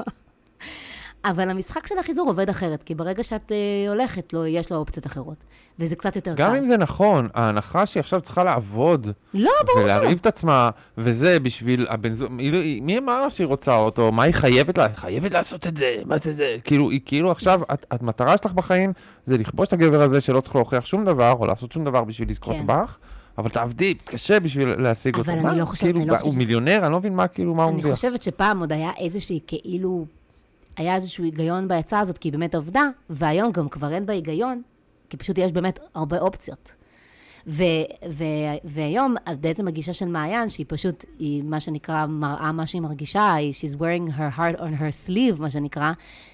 אבל המשחק של החיזור עובד אחרת, כי ברגע שאת אה, הולכת, לא, יש לו אופציות אחרות. וזה קצת יותר קל. גם אם זה נכון, ההנחה שהיא עכשיו צריכה לעבוד, לא, ברור שלא. ולהרעיב את עצמה, וזה בשביל הבן זוג, היא- מי אמר לה שהיא רוצה אותו? מה היא חייבת לה? היא חייבת לעשות את זה, מה זה זה? כאילו, היא כאילו עכשיו, את- המטרה שלך בחיים זה לכבוש את הגבר הזה שלא צריך להוכיח שום דבר, או לעשות שום דבר בשביל לזכות כן. בך, אבל תעבדי קשה בשביל להשיג אבל אותו. אני מה? לא חושבת- כאילו, אני לא הוא חושבת שזה- מיליונר, אני לא מבין מה, כאילו, מה הוא אני מרוויח. חושבת שפעם עוד היה איזושהי כאילו, היה איזשהו היגיון בהצעה הזאת, כי היא באמת עבדה, והיום גם כבר אין בה היגיון, כי פשוט יש באמת הרבה אופציות. ו- ו- והיום בעצם הגישה של מעיין, שהיא פשוט, היא מה שנקרא, מראה מה שהיא מרגישה, היא she's wearing her heart on her sleeve, מה שנקרא,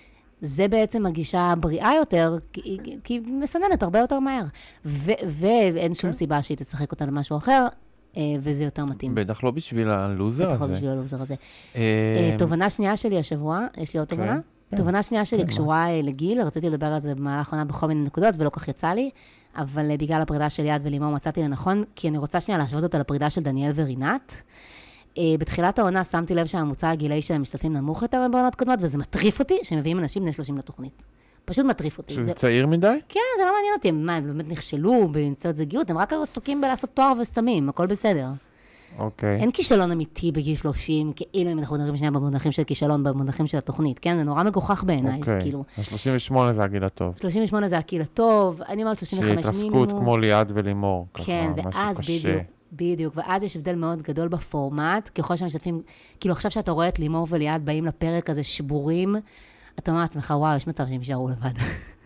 זה בעצם הגישה הבריאה יותר, כי, כי היא מסננת הרבה יותר מהר. ו- ואין שום סיבה שהיא תשחק אותה למשהו אחר, אה, וזה יותר מתאים. בטח לא בשביל הלוזר בטח לא הזה. בשביל הלוזר הזה. אה, אה, תובנה שנייה שלי השבוע, יש לי עוד כן, תובנה? כן. תובנה שנייה שלי כן, קשורה אה, לגיל, רציתי לדבר על זה במהלך העונה בכל מיני נקודות, ולא כך יצא לי, אבל אה, בגלל הפרידה של יד ולימור מצאתי לנכון, כי אני רוצה שנייה להשוות אותה לפרידה של דניאל ורינת. אה, בתחילת העונה שמתי לב שהממוצע הגילאי של המשתתפים נמוך יותר מבעונות קודמות, וזה מטריף אותי שמביאים אנשים בני שלושים לתוכנית. פשוט מטריף אותי. שזה זה- צעיר מדי? כן, זה לא מעניין אותי, מה, הם באמת נכשלו במציאות זוגיות, הם רק עסוקים בלעשות תואר וסמים, הכל בסדר. אוקיי. אין כישלון אמיתי בגיל שלושים, כאילו אם אנחנו מדברים שנייה במונחים של כישלון, במונחים של התוכנית, כן? זה נורא מגוחך בעיניי, זה אוקיי. כאילו... ה-שלושים ושמונה זה הגיל הטוב. שלושים ושמונה זה הגיל הטוב, אני אומרת שלושים וחמש שהתרסקות מינימום. כמו ליעד ולימור. ככה, כן, משהו ואז קשה. בדיוק, בדיוק, ואז יש הבדל מאוד גדול בפורמט, ככל שמשתתפים, כאילו עכשיו שאתה רואה את לימור וליעד באים לפרק הזה שבורים, אתה אומר לעצמך, וואו, יש מצב שהם יישארו לבד.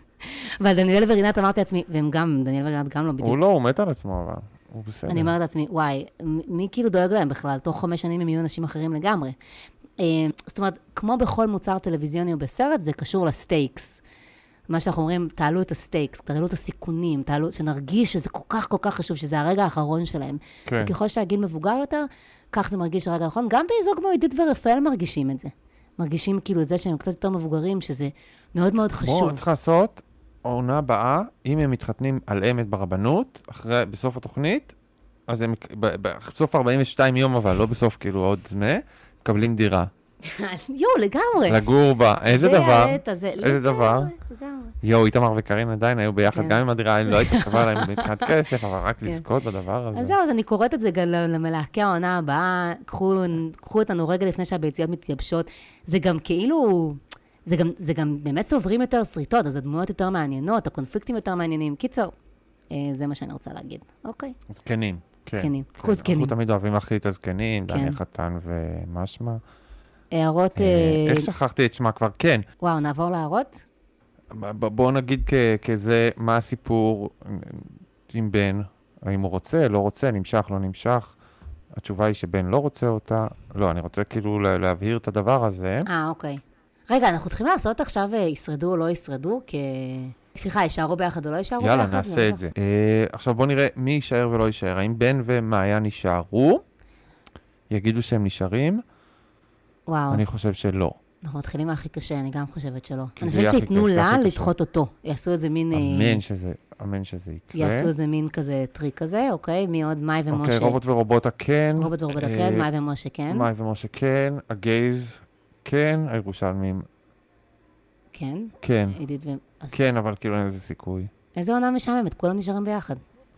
אבל דניאל ורינת אמרתי לעצמי, והם גם, דניאל ורינת גם לא בדיוק. הוא לא, הוא מת על עצמו, אבל הוא בסדר. אני אומרת לעצמי, וואי, מ- מי כאילו דואג להם בכלל? תוך חמש שנים הם יהיו אנשים אחרים לגמרי. אה, זאת אומרת, כמו בכל מוצר טלוויזיוני או בסרט, זה קשור לסטייקס. מה שאנחנו אומרים, תעלו את הסטייקס, תעלו את הסיכונים, תעלו, שנרגיש שזה כל כך כל כך חשוב, שזה הרגע האחרון שלהם. כן. וככל שהגיל מבוגר יותר, כך זה מרגיש הרגע האחרון. גם בזוג כמו עידית ורפאל מרגישים את זה. מרגישים כאילו את זה שהם קצת יותר מבוגרים, שזה מאוד מאוד חשוב. בואו, צריך לעשות עונה הבאה, אם הם מתחתנים על אמת ברבנות, אחרי, בסוף התוכנית, אז הם בסוף ארבעים ושתיים יום, אבל לא בסוף כאילו עוד זמן, מקבלים דירה. יו, לגמרי. לגור בה. איזה דבר? זה, איזה דבר? יו, איתמר וקרין עדיין היו ביחד, גם עם הדירה, לא הייתי שווה להם מבחינת כסף, אבל רק לזכות בדבר הזה. אז זהו, אז אני קוראת את זה גם למלהקי העונה הבאה, קחו אותנו רגע לפני שהביציות מתייבשות. זה גם כאילו, זה גם, זה גם באמת סוברים יותר שריטות, אז הדמויות יותר מעניינות, הקונפליקטים יותר מעניינים. קיצר, זה מה שאני רוצה להגיד. אוקיי. זקנים. זקנים. קחו זקנים. אנחנו תמיד אוהבים להחליט את הזקנים, דני חתן ומה שמה. הערות... איך שכחתי את שמה כבר? כן. וואו, נעבור להערות? בואו נגיד כזה, מה הסיפור עם בן, האם הוא רוצה, לא רוצה, נמשך, לא נמשך. התשובה היא שבן לא רוצה אותה. לא, אני רוצה כאילו להבהיר את הדבר הזה. אה, אוקיי. רגע, אנחנו צריכים לעשות עכשיו ישרדו או לא ישרדו, כי... סליחה, יישארו ביחד או לא יישארו ביחד? יאללה, נעשה את זה. עכשיו בואו נראה מי יישאר ולא יישאר. האם בן ומעיה נשארו? יגידו שהם נשארים? וואו. אני חושב שלא. אנחנו מתחילים מהכי קשה, אני גם חושבת שלא. אני חושבת שיתנו לה לדחות אותו. יעשו איזה מין... אמן שזה, אמן שזה יקרה. יעשו איזה מין כזה טריק כזה, אוקיי? מי עוד? מאי ומשה. אוקיי, רובוט ורובוטה כן. רובוט ורובוטה כן, מאי ומשה כן. מאי ומשה כן, הגייז כן, הירושלמים כן. כן. עידית ו... כן, אבל כאילו אין איזה סיכוי. איזה עונה משעממת, כולם נשארים ביחד.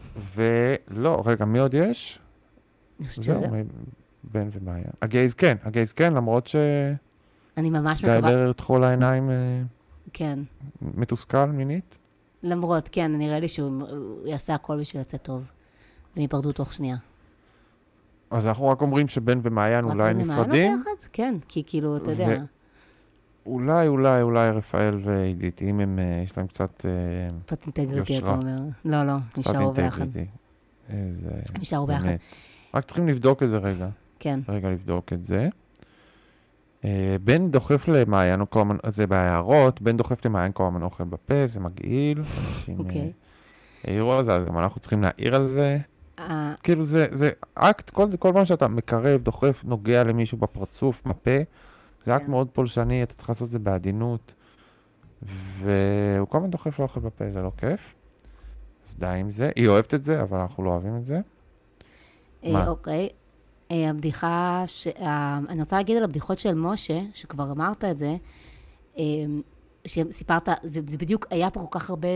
ולא, רגע, מי עוד יש? אני חושבת שזה. זהו, בן ומאיה. הגייז כן, הגייז כן, למרות ש... אני ממש מקווה... גיא לרר תחול העיניים כן. מתוסכל מינית? למרות, כן, נראה לי שהוא יעשה הכל בשביל לצאת טוב. והם ייפרדו תוך שנייה. אז אנחנו רק אומרים שבן ומעיין אולי נפרדים? כן, כי כאילו, אתה יודע... אולי, אולי, אולי רפאל ועידית, אם הם, יש להם קצת קצת אינטגריטי, אתה אומר. לא, לא, נשארו ביחד. איזה... נשארו ביחד. רק צריכים לבדוק את זה רגע. כן. רגע לבדוק את זה. בן דוחף למעיין, זה בהערות, בן דוחף למעיין כל הזמן אוכל בפה, זה מגעיל. אוקיי. העירו על זה, אז גם אנחנו צריכים להעיר על זה. כאילו זה, זה אקט, כל, כל פעם שאתה מקרב, דוחף, נוגע למישהו בפרצוף, בפה, זה אקט מאוד פולשני, אתה צריך לעשות את זה בעדינות. והוא כל הזמן דוחף לאוכל בפה, זה לא כיף. אז די עם זה. היא אוהבת את זה, אבל אנחנו לא אוהבים את זה. מה? אוקיי. הבדיחה, אני רוצה להגיד על הבדיחות של משה, שכבר אמרת את זה, שסיפרת, זה בדיוק, היה פה כל כך הרבה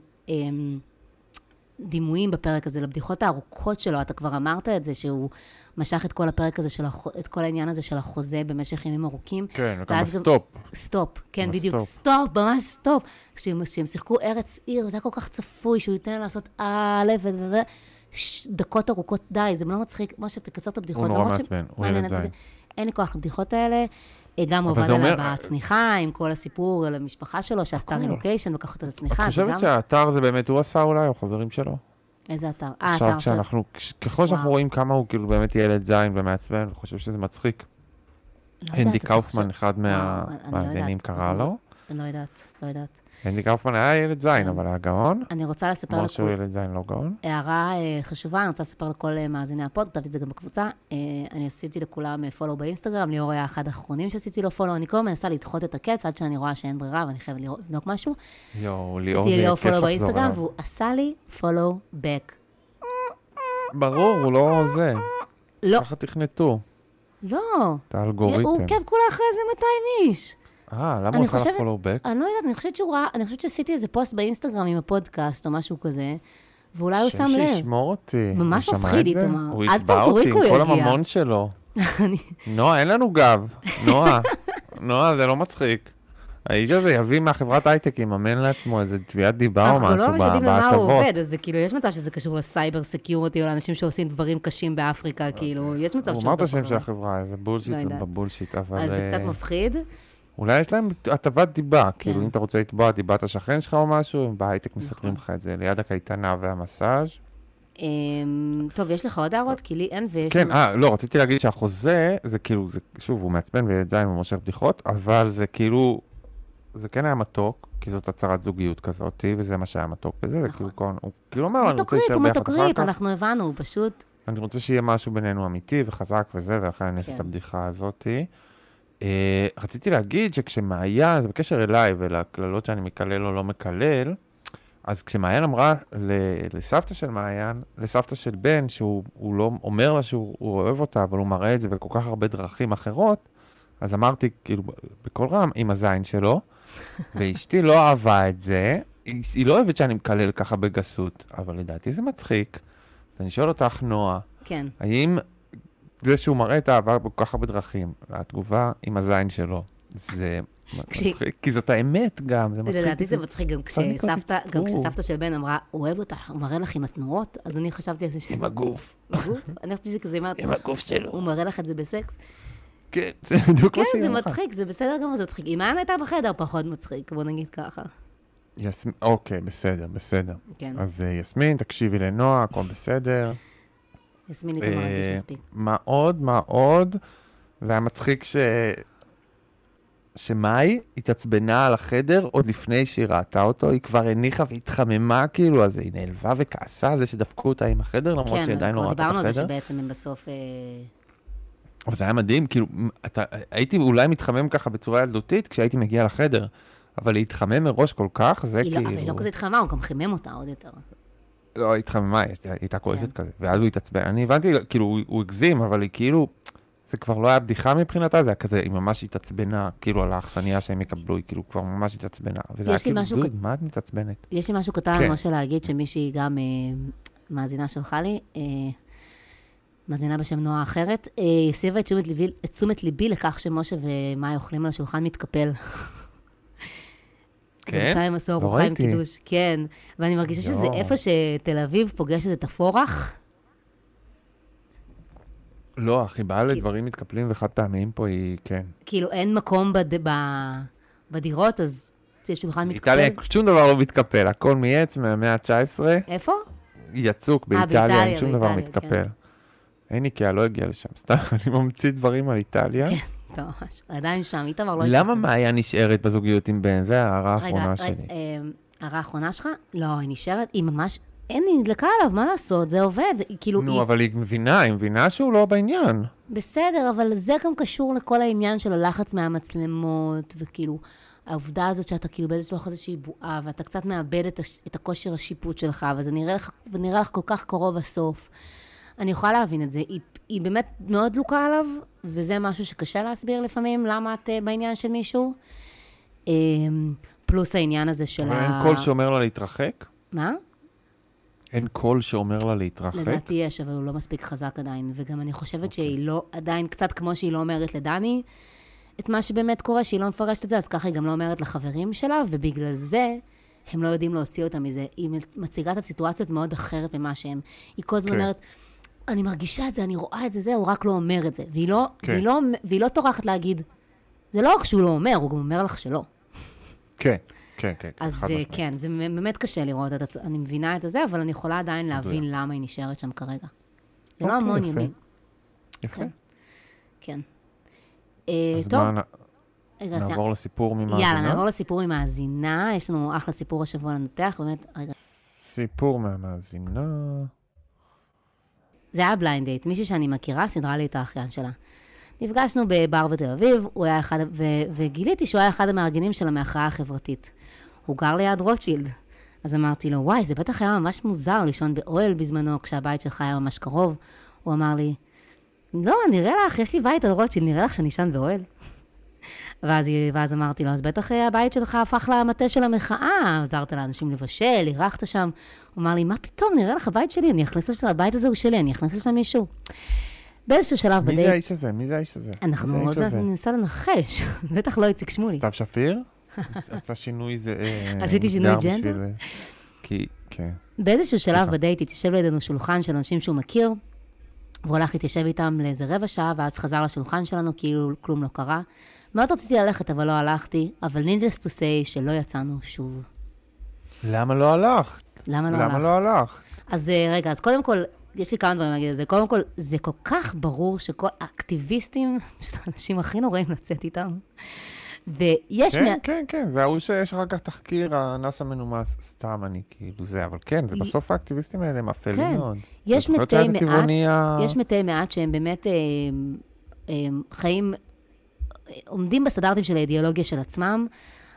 דימויים בפרק הזה, לבדיחות הארוכות שלו, אתה כבר אמרת את זה, שהוא משך את כל הפרק הזה, את כל העניין הזה של החוזה במשך ימים ארוכים. כן, וכמה סטופ. סטופ, כן, בדיוק, סטופ, ממש סטופ. כשהם שיחקו ארץ עיר, זה היה כל כך צפוי, שהוא ייתן לעשות א' ו... דקות ארוכות, די, זה לא מצחיק, מה שתקצר את הבדיחות. הוא נורא מעצבן, הוא ילד זין. אין לי כוח לבדיחות האלה. גם הוא עובד עליה בצניחה, עם כל הסיפור על המשפחה שלו, שעשתה רילוקיישן, לקח אותה לצניחה. את חושבת שהאתר זה באמת הוא עשה אולי, או חברים שלו? איזה אתר? עכשיו כשאנחנו, ככל שאנחנו רואים כמה הוא כאילו באמת ילד זין ומעצבן, אני חושב שזה מצחיק. הנדי קאופמן, אחד מהמאזינים קרא לו. אני לא יודעת, לא יודעת. הנדי קאופמן היה ילד זין, אבל היה גאון. אני רוצה לספר... כמו שהוא ילד זין לא גאון. הערה חשובה, אני רוצה לספר לכל מאזיני הפוד, כתבתי את זה גם בקבוצה. אני עשיתי לכולם פולו באינסטגרם, ליאור היה אחד האחרונים שעשיתי לו פולו. אני כל הזמן מנסה לדחות את הקץ, עד שאני רואה שאין ברירה, ואני חייבת לבדוק משהו. יואו, ליאור עשיתי ליאור פולו באינסטגרם, והוא עשה לי פולו בק. ברור, הוא לא זה. לא. ככה תכנתו. לא. את האלגוריתם. הוא עוקב כולה אחרי איזה מאתיים איש. אה, למה הוא עושה לך פולו בק? אני לא יודעת, אני חושבת שהוא ראה, אני חושבת שעשיתי איזה פוסט באינסטגרם עם הפודקאסט או משהו כזה, ואולי הוא שם לב. שם שישמור אותי. ממש מפחיד איתמר. הוא יתבע אותי עם כל הממון שלו. נועה, אין לנו גב. נועה, נועה, זה לא מצחיק. האיש הזה יביא מהחברת הייטק, יממן לעצמו איזה תביעת דיבה או משהו בהטבות. אנחנו לא משתים למה הוא עובד, אז זה כאילו, יש מצב שזה קשור לסייבר סקיוריטי, או לאנשים שעושים דברים קשים באפריקה, כאילו, יש מצב שהוא... הוא אמר את השם של החברה, איזה בולשיט ובבולשיט, אבל... אז זה קצת מפחיד. אולי יש להם הטבת דיבה, כאילו, אם אתה רוצה לתבוע דיבת השכן שלך או משהו, בהייטק מסתרים לך את זה, ליד הקייטנה והמסאז'. טוב, יש לך עוד הערות? כי לי אין ויש... כן, אה, לא, רציתי להגיד שהחוזה, זה כאילו, שוב, הוא מעצבן וילד זין ומושך בדיחות, אבל זה כאילו... זה כן היה מתוק, כי זאת הצהרת זוגיות כזאת, וזה מה שהיה מתוק בזה, זה כאילו, הוא כאילו אמר, אני רוצה להישאר ביחד אחר כך. אנחנו הבנו, פשוט... אני רוצה שיהיה משהו בינינו אמיתי וחזק וזה, ולכן אני אעשה את הבדיחה הזאת. רציתי להגיד שכשמעיה, זה בקשר אליי ולכללות שאני מקלל או לא מקלל, אז כשמעיין אמרה ל- לסבתא של מעיין, לסבתא של בן, שהוא הוא לא אומר לה שהוא הוא אוהב אותה, אבל הוא מראה את זה בכל כך הרבה דרכים אחרות, אז אמרתי, כאילו, בכל רם, עם הזין שלו, ואשתי לא אהבה את זה, היא, היא לא אוהבת שאני מקלל ככה בגסות, אבל לדעתי זה מצחיק. אז אני שואל אותך, נועה, כן. האם זה שהוא מראה את האהבה בכל כך הרבה דרכים, התגובה עם הזין שלו, זה מצחיק, כי זאת האמת גם, זה מצחיק. לדעתי זה מצחיק גם כשסבתא, גם תצטרו. כשסבתא של בן אמרה, הוא אוהב אותך, הוא מראה לך עם התנועות, אז אני חשבתי על זה ש... עם הגוף. בגוף? אני חשבתי שזה כזה, עם הגוף שלו. הוא מראה לך את זה בסקס. כן, זה בדיוק כן, מה שהיא זה אמרה. מצחיק, זה בסדר גם, זה מצחיק. אם מעיין הייתה בחדר, פחות מצחיק, בוא נגיד ככה. יסמין, אוקיי, בסדר, בסדר. כן. אז אה, יסמין, תקשיבי לנועה, הכל בסדר. יסמין איתה מרגיש אה, מספיק. מה עוד, מה עוד? זה היה מצחיק ש... שמאי התעצבנה על החדר עוד לפני שהיא ראתה אותו, היא כבר הניחה והתחממה כאילו, אז היא נעלבה וכעסה על זה שדפקו אותה עם החדר, למרות שהיא כן, עדיין לא כבר ראתה את דיברנו על זה החדר. שבעצם הם בסוף... אה, אבל זה היה מדהים, כאילו, אתה, הייתי אולי מתחמם ככה בצורה ילדותית כשהייתי מגיע לחדר, אבל להתחמם מראש כל כך, זה היא לא- כאילו... אבל היא לא כזה התחממה, הוא גם חימם אותה עוד יותר. לא, היא התחממה, היא הייתה- היא הייתה כועסת כן. כזה, ואז הוא התעצבן. אני הבנתי, כאילו, הוא- הוא הגזים, אבל היא כאילו, זה כבר לא היה בדיחה מבחינתה, זה היה כזה, היא ממש התעצבנה, כאילו, על האכסניה שהם יקבלו, היא כאילו כבר ממש התעצבנה. וזה היה יש לי כאילו, משהו דוד, כ- מה את מתעצבנת? יש לי משהו קטן, כן. משה, להגיד שמישהי גם אה, מאזינה שלך לי, אה, מאזינה בשם נועה אחרת, אה, הסבה את תשומת ליבי- את תשומת ליבי לכך שמשה ומאי אוכלים על השולחן מתקפל. כן? חיים מסור, לא הוא חיים ראיתי. קידוש, כן. ואני מרגישה שזה לא. איפה שתל אביב פוגשת את הפורח. לא, החיבה לדברים מתקפלים וחד פעמיים פה היא, כן. כאילו אין מקום בד... ב... בדירות, אז יש שולחן מתקפל. באיטליה שום דבר לא מתקפל, הכל מעץ מהמאה ה-תשע עשרה, איפה? יצוק, אה, באיטליה באיטליה, אין שום דבר באיטליה, מתקפל. אין איקאה, לא הגיע לשם, סתם, אני ממציא דברים על איטליה. כן, טוב, ממש. עדיין שם, איתמר לא... למה השתתף. מאיה נשארת בזוגיות עם בן? זה ההערה רגע, האחרונה רגע, שלי. אה, הערה האחרונה שלך? לא, היא נשארת, היא ממש... אין, היא נדלקה עליו, מה לעשות? זה עובד. היא כאילו, נו, היא... אבל היא מבינה, היא מבינה שהוא לא בעניין. בסדר, אבל זה גם קשור לכל העניין של הלחץ מהמצלמות, וכאילו, העובדה הזאת שאתה כאילו באיזשהו לך איזושהי בועה, ואתה קצת מאבד את, הש... את הכושר השיפוט שלך, וזה נראה לך, ונראה לך כל כך קרוב הסוף. אני יכולה להבין את זה. היא, היא באמת מאוד דלוקה עליו, וזה משהו שקשה להסביר לפעמים, למה את uh, בעניין של מישהו. Um, פלוס העניין הזה של אבל ה... אין קול שאומר לה להתרחק? מה? אין קול שאומר לה להתרחק? לדעתי יש, אבל הוא לא מספיק חזק עדיין. וגם אני חושבת שהיא לא, עדיין קצת כמו שהיא לא אומרת לדני, את מה שבאמת קורה, שהיא לא מפרשת את זה, אז ככה היא גם לא אומרת לחברים שלה, ובגלל זה הם לא יודעים להוציא אותה מזה. היא מציגה את הסיטואציות מאוד אחרת ממה שהם. היא כל הזמן כן. אומרת, אני מרגישה את זה, אני רואה את זה, זה, הוא רק לא אומר את זה. והיא לא, כן. והיא לא, והיא לא טורחת להגיד, זה לא רק שהוא לא אומר, הוא גם אומר לך שלא. כן, כן, כן. אז חד אה, משמעית. כן, זה באמת קשה לראות את זה, אני מבינה את זה, אבל אני יכולה עדיין להבין למה היא נשארת שם כרגע. זה לא אוקיי, המון יפה. ימים. יפה. כן. כן. אה, אז טוב, מה, נ- רגע, אז נעבור לסיפור ממאזינה? יאללה, נעבור לסיפור עם מאזינה. יש לנו אחלה סיפור השבוע לנתח, באמת, רגע. סיפור מהמאזינה. זה היה בליינד דייט, מישהי שאני מכירה, סידרה לי את האחיין שלה. נפגשנו בבר בתל אביב, הוא היה אחד, ו, וגיליתי שהוא היה אחד המארגנים של המחאה החברתית. הוא גר ליד רוטשילד. אז אמרתי לו, וואי, זה בטח היה ממש מוזר לישון באוהל בזמנו, כשהבית שלך היה ממש קרוב. הוא אמר לי, לא, נראה לך, יש לי בית על רוטשילד, נראה לך שאני אשן באוהל. ואז, ואז אמרתי לו, אז בטח הבית שלך הפך למטה של המחאה, עזרת לאנשים לבשל, אירחת שם. הוא אמר לי, מה פתאום, נראה לך הבית שלי, אני אכנס לשם, הבית הזה הוא שלי, אני אכנס לשם מישהו. באיזשהו שלב מי בדייט... זה האיש הזה? מי זה האיש הזה? אנחנו מי זה עוד האיש הזה? ננסה לנחש, בטח לא איציק שמולי. סתיו שפיר? עשה שינוי זה... אה, עשיתי שינוי מגדר ג'נדר? בשביל, אה, כי, כן. באיזשהו שלב סליחה. בדייט התיישב לידינו שולחן של אנשים שהוא מכיר, והוא הלך להתיישב איתם לאיזה רבע שעה, ואז חזר לשולחן שלנו כאילו כלום לא קרה. מאוד רציתי ללכת, אבל לא הלכתי, אבל needless to say שלא יצאנו שוב. למה לא הלכת? למה לא למה הלכת? לא הלכת? אז אה, רגע, אז קודם כל, יש לי כמה דברים להגיד על זה. קודם כל, זה כל כך ברור שכל האקטיביסטים, שזה האנשים הכי נוראים לצאת איתם. ויש... כן, מה... כן, כן, זה ההוא שיש אחר כך תחקיר, האנס המנומס, סתם אני כאילו זה, אבל כן, זה בסוף האקטיביסטים האלה הם אפלים כן. מאוד. יש זה זוכרת מתי שהיה מעט, טבעוני ה- יש מתי מעט שהם באמת אה, אה, חיים, אה, עומדים בסטנדרטים של האידיאולוגיה של עצמם,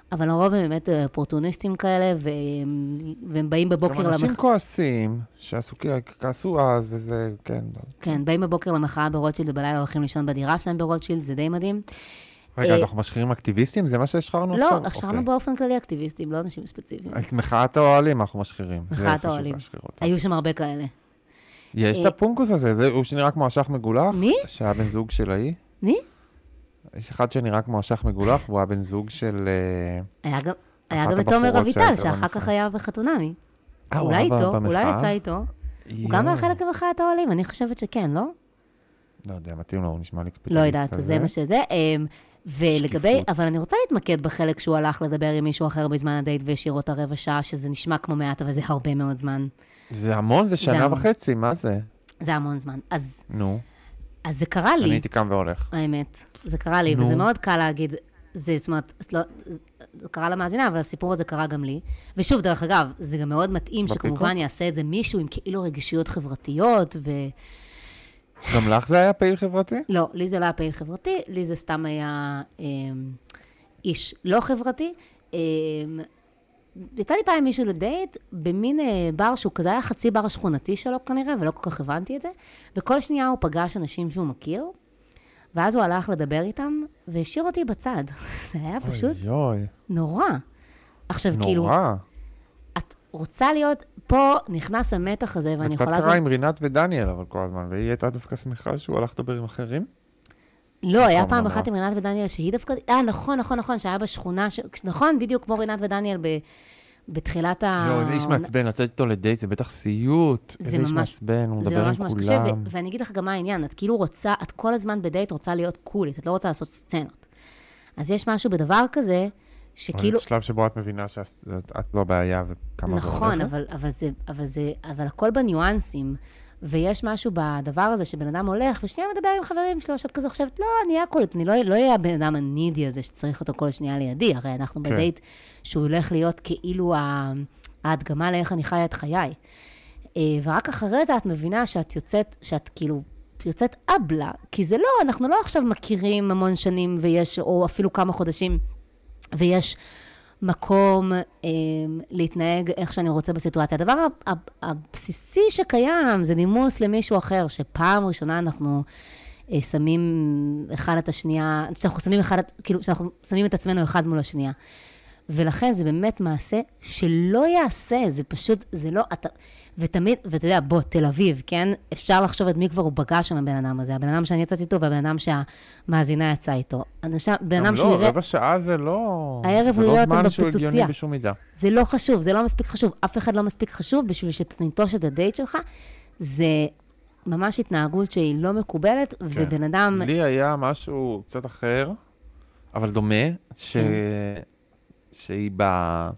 אבל לרוב הם באמת אופורטוניסטים כאלה, והם, והם באים בבוקר גם אנשים למח... כועסים, שעשו, כעסו אז, וזה, כן. כן, באים בבוקר למחאה ברוטשילד, ובלילה הולכים לישון בדירה שלהם ברוטשילד, זה די מדהים. רגע, אנחנו משחירים אקטיביסטים? זה מה שהשחררנו לא, עכשיו? הכשרנו באופן כללי אקטיביסטים, לא אנשים ספציפיים. את מחאת האוהלים אנחנו משחירים. מחאת האוהלים. היו שם הרבה כאלה. יש את הפונקוס הזה, הוא שנראה כמו אשך מגולח. מי? שהיה בן זוג של ההיא. מי? יש אחד שנראה כמו אשך מגולח, והוא היה בן זוג של... היה גם את תומר אביטל, שאחר כך היה בחתונמי. אולי איתו, אולי יצא איתו. הוא גם היה חלק ממחאת האוהלים, אני חושבת שכן, לא? לא יודע, מתאים לו, הוא נשמע לי קפיטליסט. לא יודעת, זה מה שזה. ולגבי, אבל אני רוצה להתמקד בחלק שהוא הלך לדבר עם מישהו אחר בזמן הדייט והשאיר אותה רבע שעה, שזה נשמע כמו מעט, אבל זה הרבה מאוד זמן. זה המון, זה שנה וחצי, מה זה? זה המון זמן. אז... נו. אז זה קרה לי. אני הייתי קם והולך. האמת, זה קרה לי, וזה מאוד קל להגיד, זה, זאת אומרת, זה קרה למאזינה, אבל הסיפור הזה קרה גם לי. ושוב, דרך אגב, זה גם מאוד מתאים שכמובן יעשה את זה מישהו עם כאילו רגישויות חברתיות, ו... גם לך זה היה פעיל חברתי? לא, לי זה לא היה פעיל חברתי, לי זה סתם היה אה, איש לא חברתי. אה, יצא לי פעם עם מישהו לדייט, במין אה, בר שהוא כזה היה חצי בר השכונתי שלו כנראה, ולא כל כך הבנתי את זה. וכל שנייה הוא פגש אנשים שהוא מכיר, ואז הוא הלך לדבר איתם, והשאיר אותי בצד. זה היה פשוט אוי, אוי. נורא. עכשיו, נורא. כאילו, את רוצה להיות, פה נכנס המתח הזה, ואני יכולה... קצת קרה עם רינת ודניאל, אבל כל הזמן, והיא הייתה דווקא שמחה שהוא הלך לדבר עם אחרים? לא, היה פעם אחת עם רינת ודניאל שהיא דווקא... אה, נכון, נכון, נכון, שהיה בשכונה... נכון, בדיוק כמו רינת ודניאל בתחילת ה... לא, זה איש מעצבן, לצאת איתו לדייט, זה בטח סיוט. איזה איש מעצבן, הוא מדבר עם כולם. ואני אגיד לך גם מה העניין, את כאילו רוצה, את כל הזמן בדייט רוצה להיות קולית, את לא רוצה לעשות סצנות. אז יש משהו בדבר כזה, שכאילו... זה שלב שבו את מבינה שאת לא הבעיה וכמה... נכון, אבל, אבל זה, אבל זה, אבל הכל בניואנסים, ויש משהו בדבר הזה שבן אדם הולך, ושנייה מדבר עם חברים שלו, שאת כזה חושבת, לא, אני אהיה קולית, אני לא, לא אהיה הבן אדם הנידי הזה שצריך אותו כל שנייה לידי, הרי אנחנו כן. בדייט שהוא הולך להיות כאילו ההדגמה לאיך אני חיה את חיי. ורק אחרי זה את מבינה שאת יוצאת, שאת כאילו יוצאת אבלה, כי זה לא, אנחנו לא עכשיו מכירים המון שנים, ויש, או אפילו כמה חודשים, ויש מקום אה, להתנהג איך שאני רוצה בסיטואציה. הדבר הבסיסי שקיים זה נימוס למישהו אחר, שפעם ראשונה אנחנו אה, שמים אחד את השנייה, שאנחנו שמים אחד, כאילו, שאנחנו שמים את עצמנו אחד מול השנייה. ולכן זה באמת מעשה שלא יעשה, זה פשוט, זה לא, אתה, ותמיד, ואתה יודע, בוא, תל אביב, כן? אפשר לחשוב את מי כבר הוא פגש שם הבן אדם הזה, הבן אדם שאני יצאתי איתו, והבן אדם שהמאזינה יצאה איתו. אנשי, בן אדם שהוא לא, יראה... רבע שעה זה לא... הערב הוא יראה אותם בפיצוציה. שהוא הגיוני בשום מידה. זה לא חשוב, זה לא מספיק חשוב. אף אחד לא מספיק חשוב בשביל שתנטוש את הדייט שלך. זה ממש התנהגות שהיא לא מקובלת, כן. ובן אדם... לי היה משהו קצת אחר, אבל דומה, ש... כן. שהיא בא...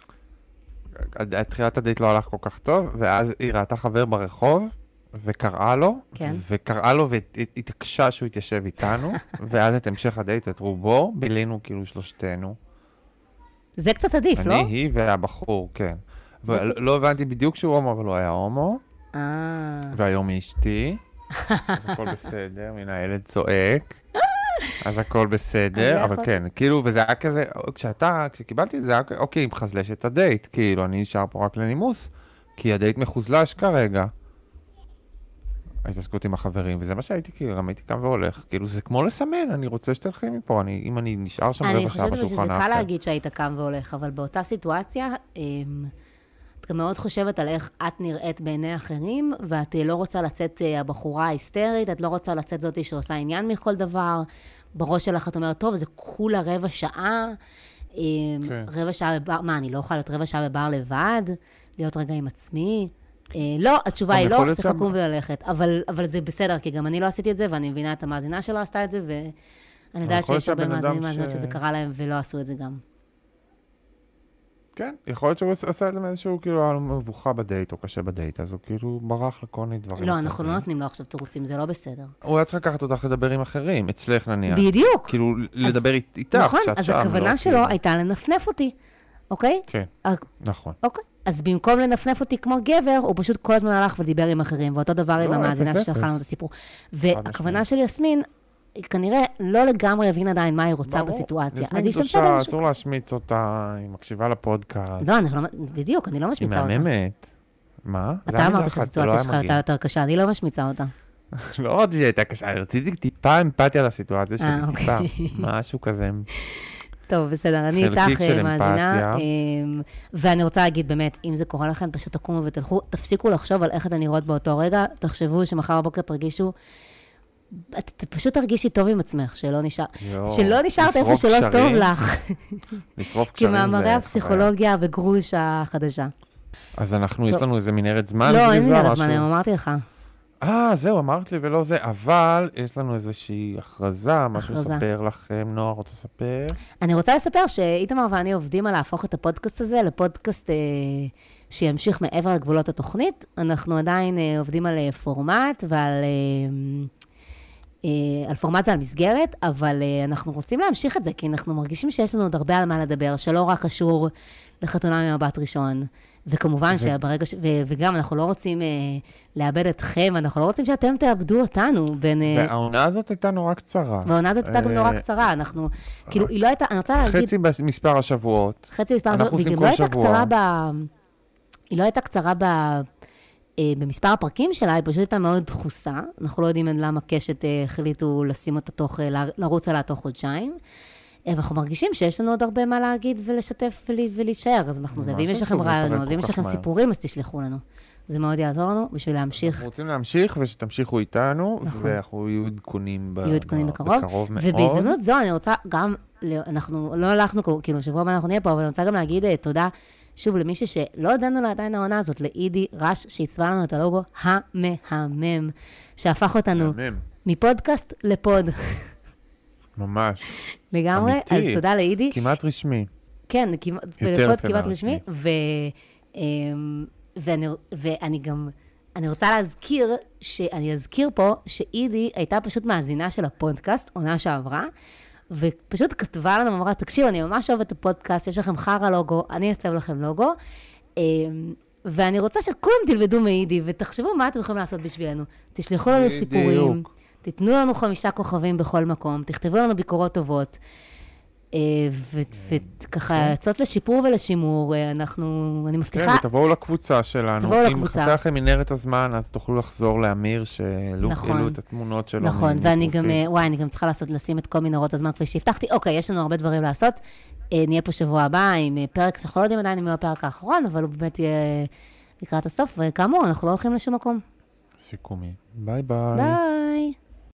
התחילת הדייט לא הלך כל כך טוב, ואז היא ראתה חבר ברחוב, וקראה לו, כן. וקראה לו והתעקשה שהוא התיישב איתנו, ואז את המשך הדייט, את רובו, בילינו כאילו שלושתנו. זה קצת עדיף, אני, לא? אני, היא והבחור, כן. ולא הבנתי בדיוק שהוא הומו, אבל הוא היה הומו. אה. והיום היא אשתי. אז הכל בסדר, מן הילד צועק. אז הכל בסדר, אבל כן, כאילו, וזה היה כזה, כשאתה, כשקיבלתי את זה, היה אוקיי, מחזלש את הדייט, כאילו, אני נשאר פה רק לנימוס, כי הדייט מחוזלש כרגע. ההתעסקות עם החברים, וזה מה שהייתי, כאילו, גם הייתי קם והולך, כאילו, זה כמו לסמן, אני רוצה שתלכי מפה, אני, אם אני נשאר שם רבע שעה בשולחן האחר. אני חושבת שזה קל להגיד שהיית קם והולך, אבל באותה סיטואציה, את גם מאוד חושבת על איך את נראית בעיני אחרים, ואת לא רוצה לצאת הבחורה ההיסטרית, את לא רוצה לצאת זאתי שעושה עניין מכל דבר, בראש שלך את אומרת, טוב, זה כולה רבע שעה, כן. רבע שעה בבר, מה, אני לא יכולה להיות רבע שעה בבר לבד, להיות רגע עם עצמי? לא, התשובה היא לא, צריך לקום וללכת, אבל, אבל זה בסדר, כי גם אני לא עשיתי את זה, ואני מבינה את המאזינה שלו עשתה את זה, ואני יודעת שיש הרבה מאזינים מאזינות שזה קרה להם, ולא עשו את זה גם. כן, יכול להיות שהוא עשה את זה מאיזשהו, כאילו, היה מבוכה בדייט או קשה בדייט, אז הוא כאילו ברח לכל מיני דברים. לא, אנחנו לא נותנים לו עכשיו תירוצים, זה לא בסדר. הוא היה צריך לקחת אותך לדבר עם אחרים, אצלך נניח. בדיוק. כאילו, לדבר איתך, נכון, אז הכוונה שלו הייתה לנפנף אותי, אוקיי? כן, נכון. אוקיי, אז במקום לנפנף אותי כמו גבר, הוא פשוט כל הזמן הלך ודיבר עם אחרים, ואותו דבר עם המאזינה ששלחה לנו את הסיפור. והכוונה של יסמין, כנראה לא לגמרי הבין עדיין מה היא רוצה ברור. בסיטואציה. יסמין אז היא השתמשה קדושה, באיזשהו... אסור להשמיץ אותה, היא מקשיבה לפודקאסט. לא, אנחנו לא... בדיוק, אני לא היא משמיצה אותה. מהממת. מה? זה אתה היה אמרת מלחץ, זה לא שהסיטואציה היה שלך הייתה מגעיל. יותר קשה, אני לא משמיצה אותה. לא רציתי שהיא הייתה קשה, רציתי טיפה אמפתיה לסיטואציה שלי, אה, טיפה, אוקיי. משהו כזה. טוב, בסדר, אני חלקיק איתך של אה, מאזינה, אמפתיה. אמ, ואני רוצה להגיד באמת, אם זה קורה לכם, פשוט תקומו ותלכו, תפסיקו לחשוב על איך אתן נראות באותו רגע, תחשבו שמחר בבוקר תרגישו, את את פשוט תרגישי טוב עם עצמך, שלא נשאר, יואו, שלא נשארת איפה לשרוף שלא טוב קשרים, לך, לשרוף קשרים זה כמאמרי חוויה. הפסיכולוגיה וגרוש החדשה. אז אנחנו, יש טוב. לנו איזה מנהרת זמן, לא, אין לי גריזה, על משהו? הזמן, אמרתי לך. אה, זהו, אמרת לי ולא זה, אבל יש לנו איזושהי הכרזה, משהו הכרזה. לספר לכם, נועה, רוצה לספר? אני רוצה לספר שאיתמר ואני עובדים על להפוך את הפודקאסט הזה לפודקאסט אה, שימשיך מעבר לגבולות התוכנית. אנחנו עדיין אה, עובדים על אה, פורמט ועל אה, אה, על פורמט ועל מסגרת, אבל אה, אנחנו רוצים להמשיך את זה, כי אנחנו מרגישים שיש לנו עוד הרבה על מה לדבר, שלא רק קשור לחתונה ממבט ראשון. וכמובן שברגע ש... ו... וגם אנחנו לא רוצים אה, לאבד אתכם, אנחנו לא רוצים שאתם תאבדו אותנו בין... אה, והעונה הזאת הייתה נורא קצרה. והעונה הזאת הייתה גם אה, נורא קצרה, אנחנו... כאילו, היא לא הייתה... אני רוצה להגיד... חצי במספר השבועות. חצי מספר... אנחנו והיא עושים גם כל לא הייתה שבוע. קצרה ב... היא לא הייתה קצרה ב... אה, במספר הפרקים שלה, היא פשוט הייתה מאוד דחוסה. אנחנו לא יודעים למה קשת אה, החליטו לשים אותה תוך... אה, ל- לרוץ עליה תוך חודשיים. אה, ואנחנו מרגישים שיש לנו עוד הרבה מה להגיד ולשתף ול- ולהישאר, אז אנחנו זה. מה ואם יש שעצוב לכם להיפרד רעיונות, כל ואם יש כך לכם מהר. סיפורים, אז תשלחו לנו. זה מאוד יעזור לנו בשביל להמשיך. אנחנו רוצים להמשיך ושתמשיכו איתנו, נכון. ואנחנו יהיו עדכונים ב- יהיו עדכונים ב- בקרוב. בקרוב מאוד. ובהזדמנות זו אני רוצה גם, אנחנו לא הלכנו, כאילו שבוע הבא אנחנו נהיה פה, אבל אני רוצה גם להגיד אה, תודה שוב למישהו שלא הודענו לה עדיין העונה הזאת, לאידי רש, שעיצבה לנו את הלוגו המהמם, שהפך אותנו מהמם. מפודקאסט לפוד. ממש. לגמרי, אמיתי. אז תודה לאידי. כמעט רשמי. כן, כמעט- יותר לפוד יפה כמעט מהרשמי. רשמי, ו, אמ, ואני, ואני גם, אני רוצה להזכיר, שאני אזכיר פה שאידי הייתה פשוט מאזינה של הפודקאסט, עונה שעברה, ופשוט כתבה לנו, אמרה, תקשיב, אני ממש אוהבת את הפודקאסט, יש לכם חרא לוגו, אני אצב לכם לוגו, אמ, ואני רוצה שכולם תלמדו מאידי, ותחשבו מה אתם יכולים לעשות בשבילנו. תשלחו לנו בדיוק. סיפורים, תיתנו לנו חמישה כוכבים בכל מקום, תכתבו לנו ביקורות טובות, אה, ו- וככה יצאות לשיפור ולשימור, אה, אנחנו, אני כן, מבטיחה, ותבואו לקבוצה שלנו. תבואו אם לקבוצה. חסר לכם מנהרת הזמן, אז תוכלו לחזור לאמיר, שהעלו נכון. העלו את התמונות שלו. נכון, מ- ואני גם, מפרופיל. אה, וואי, אני גם צריכה לעשות, לשים את כל מנהרות הזמן כפי שהבטחתי. אוקיי, יש לנו הרבה דברים לעשות. אה, נהיה פה שבוע הבא עם אה, פרק, שאנחנו לא יודעים עדיין אם הוא הפרק האחרון, אבל הוא באמת יהיה לקראת הסוף, וכאמור, אנחנו לא הולכים לשום מקום. סיכומי. ביי ביי. ביי.